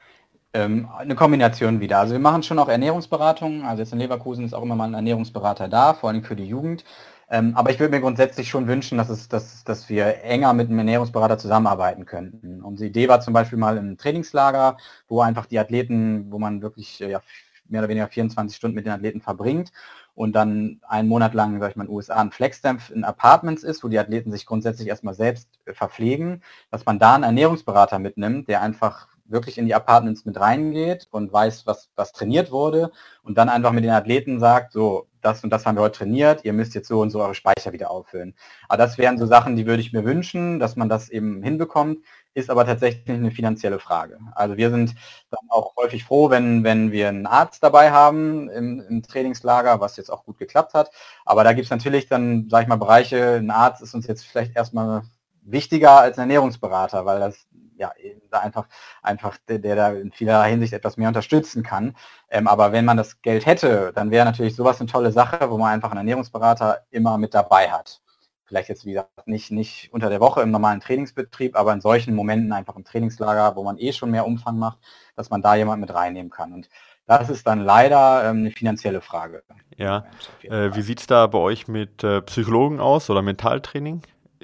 Eine Kombination wieder. Also wir machen schon auch Ernährungsberatungen. Also jetzt in Leverkusen ist auch immer mal ein Ernährungsberater da, vor allem für die Jugend. Aber ich würde mir grundsätzlich schon wünschen, dass wir enger mit einem Ernährungsberater zusammenarbeiten könnten. Unsere Idee war zum Beispiel mal im Trainingslager, wo einfach die Athleten, wo man wirklich mehr oder weniger 24 Stunden mit den Athleten verbringt und dann einen Monat lang, sag ich mal, in den USA ein Flexcamp in Apartments ist, wo die Athleten sich grundsätzlich erstmal selbst verpflegen, dass man da einen Ernährungsberater mitnimmt, der einfach wirklich in die Apartments mit reingeht und weiß, was trainiert wurde und dann einfach mit den Athleten sagt, so, das und das haben wir heute trainiert, ihr müsst jetzt so und so eure Speicher wieder auffüllen. Aber das wären so Sachen, die würde ich mir wünschen, dass man das eben hinbekommt, ist aber tatsächlich eine finanzielle Frage. Also wir sind dann auch häufig froh, wenn wir einen Arzt dabei haben im Trainingslager, was jetzt auch gut geklappt hat. Aber da gibt es natürlich dann, sage ich mal, Bereiche, ein Arzt ist uns jetzt vielleicht erstmal wichtiger als ein Ernährungsberater, weil das ja da einfach der da in vieler Hinsicht etwas mehr unterstützen kann. Aber wenn man das Geld hätte, dann wäre natürlich sowas eine tolle Sache, wo man einfach einen Ernährungsberater immer mit dabei hat. Vielleicht jetzt, wie gesagt, nicht unter der Woche im normalen Trainingsbetrieb, aber in solchen Momenten einfach im Trainingslager, wo man schon mehr Umfang macht, dass man da jemand mit reinnehmen kann. Und das ist dann leider eine finanzielle Frage. Ja, wie sieht es da bei euch mit Psychologen aus oder Mentaltraining?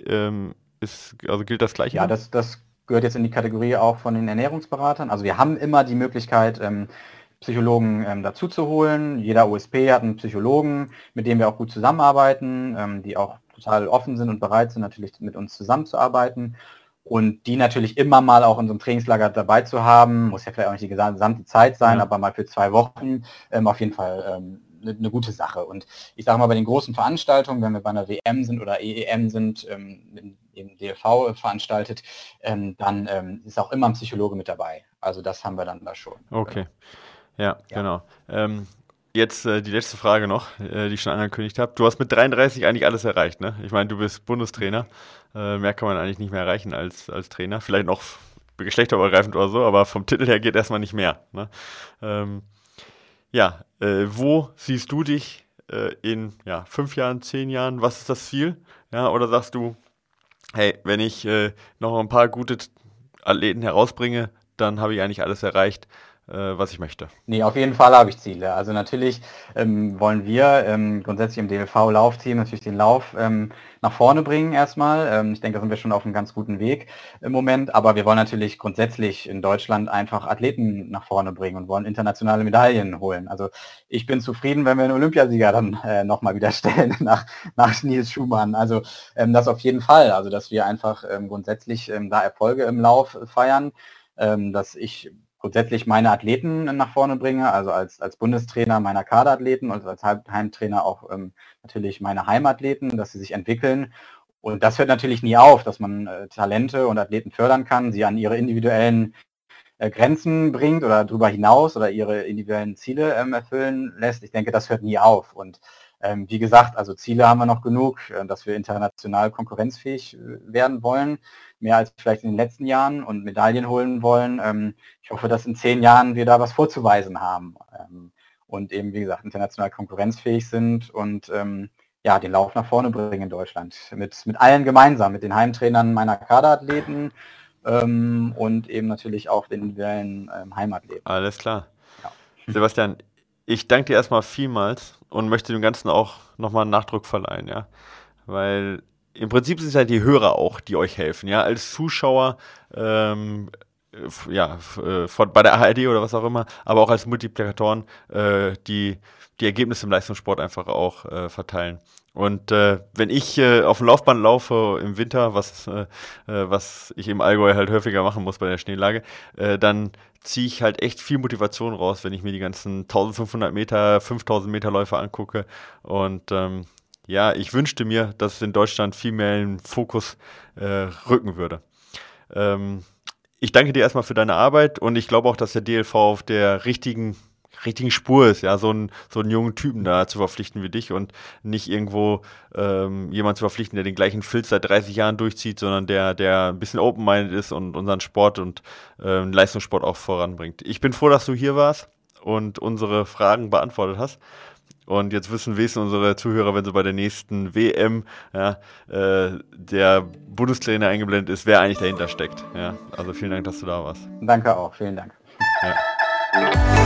Also gilt das Gleiche? Ja, das gehört jetzt in die Kategorie auch von den Ernährungsberatern. Also wir haben immer die Möglichkeit, Psychologen dazu zu holen. Jeder OSP hat einen Psychologen, mit dem wir auch gut zusammenarbeiten, die auch total offen sind und bereit sind, natürlich mit uns zusammenzuarbeiten. Und die natürlich immer mal auch in so einem Trainingslager dabei zu haben, muss ja vielleicht auch nicht die gesamte Zeit sein, aber mal für 2 Wochen auf jeden Fall eine gute Sache. Und ich sage mal, bei den großen Veranstaltungen, wenn wir bei einer WM sind oder EEM sind, im DLV veranstaltet, dann ist auch immer ein Psychologe mit dabei. Also das haben wir dann da schon. Okay, ja, genau. Jetzt die letzte Frage noch, die ich schon angekündigt habe. Du hast mit 33 eigentlich alles erreicht, ne? Ich meine, du bist Bundestrainer. Mehr kann man eigentlich nicht mehr erreichen als Trainer. Vielleicht noch geschlechterübergreifend oder so, aber vom Titel her geht erstmal nicht mehr. Ne? Wo siehst du dich in 5 Jahren, 10 Jahren? Was ist das Ziel? Ja, oder sagst du, hey, wenn ich noch ein paar gute Athleten herausbringe, dann habe ich eigentlich alles erreicht, was ich möchte. Nee, auf jeden Fall habe ich Ziele. Also natürlich wollen wir grundsätzlich im DLV-Laufteam natürlich den Lauf nach vorne bringen erstmal. Ich denke, da sind wir schon auf einem ganz guten Weg im Moment. Aber wir wollen natürlich grundsätzlich in Deutschland einfach Athleten nach vorne bringen und wollen internationale Medaillen holen. Also ich bin zufrieden, wenn wir einen Olympiasieger dann nochmal wieder stellen nach Nils Schumann. Also das auf jeden Fall. Also dass wir einfach grundsätzlich da Erfolge im Lauf feiern, dass ich grundsätzlich meine Athleten nach vorne bringe, also als Bundestrainer meiner Kaderathleten und als Heimtrainer auch natürlich meine Heimathleten, dass sie sich entwickeln. Und das hört natürlich nie auf, dass man Talente und Athleten fördern kann, sie an ihre individuellen Grenzen bringt oder darüber hinaus oder ihre individuellen Ziele erfüllen lässt. Ich denke, das hört nie auf. Und wie gesagt, also Ziele haben wir noch genug, dass wir international konkurrenzfähig werden wollen, mehr als vielleicht in den letzten Jahren und Medaillen holen wollen. Ich hoffe, dass in 10 Jahren wir da was vorzuweisen haben und eben, wie gesagt, international konkurrenzfähig sind und den Lauf nach vorne bringen in Deutschland. Mit allen gemeinsam, mit den Heimtrainern meiner Kaderathleten und eben natürlich auch den individuellen Heimatathleten. Alles klar. Ja. Sebastian, ich danke dir erstmal vielmals und möchte dem Ganzen auch nochmal einen Nachdruck verleihen, ja. Weil im Prinzip sind es ja die Hörer auch, die euch helfen, ja. Als Zuschauer, bei der ARD oder was auch immer, aber auch als Multiplikatoren, die Ergebnisse im Leistungssport einfach auch verteilen. Und wenn ich auf dem Laufband laufe im Winter, was ich im Allgäu halt häufiger machen muss bei der Schneelage, dann ziehe ich halt echt viel Motivation raus, wenn ich mir die ganzen 1500 Meter, 5000 Meter Läufe angucke. Und ich wünschte mir, dass es in Deutschland viel mehr in den Fokus rücken würde. Ich danke dir erstmal für deine Arbeit und ich glaube auch, dass der DLV auf der richtigen Spur ist, ja, so einen jungen Typen da zu verpflichten wie dich und nicht irgendwo jemanden zu verpflichten, der den gleichen Filz seit 30 Jahren durchzieht, sondern der ein bisschen open-minded ist und unseren Sport und Leistungssport auch voranbringt. Ich bin froh, dass du hier warst und unsere Fragen beantwortet hast. Und jetzt wissen unsere Zuhörer, wenn sie bei der nächsten WM der Bundestrainer eingeblendet ist, wer eigentlich dahinter steckt. Ja, also vielen Dank, dass du da warst. Danke auch, vielen Dank. Ja.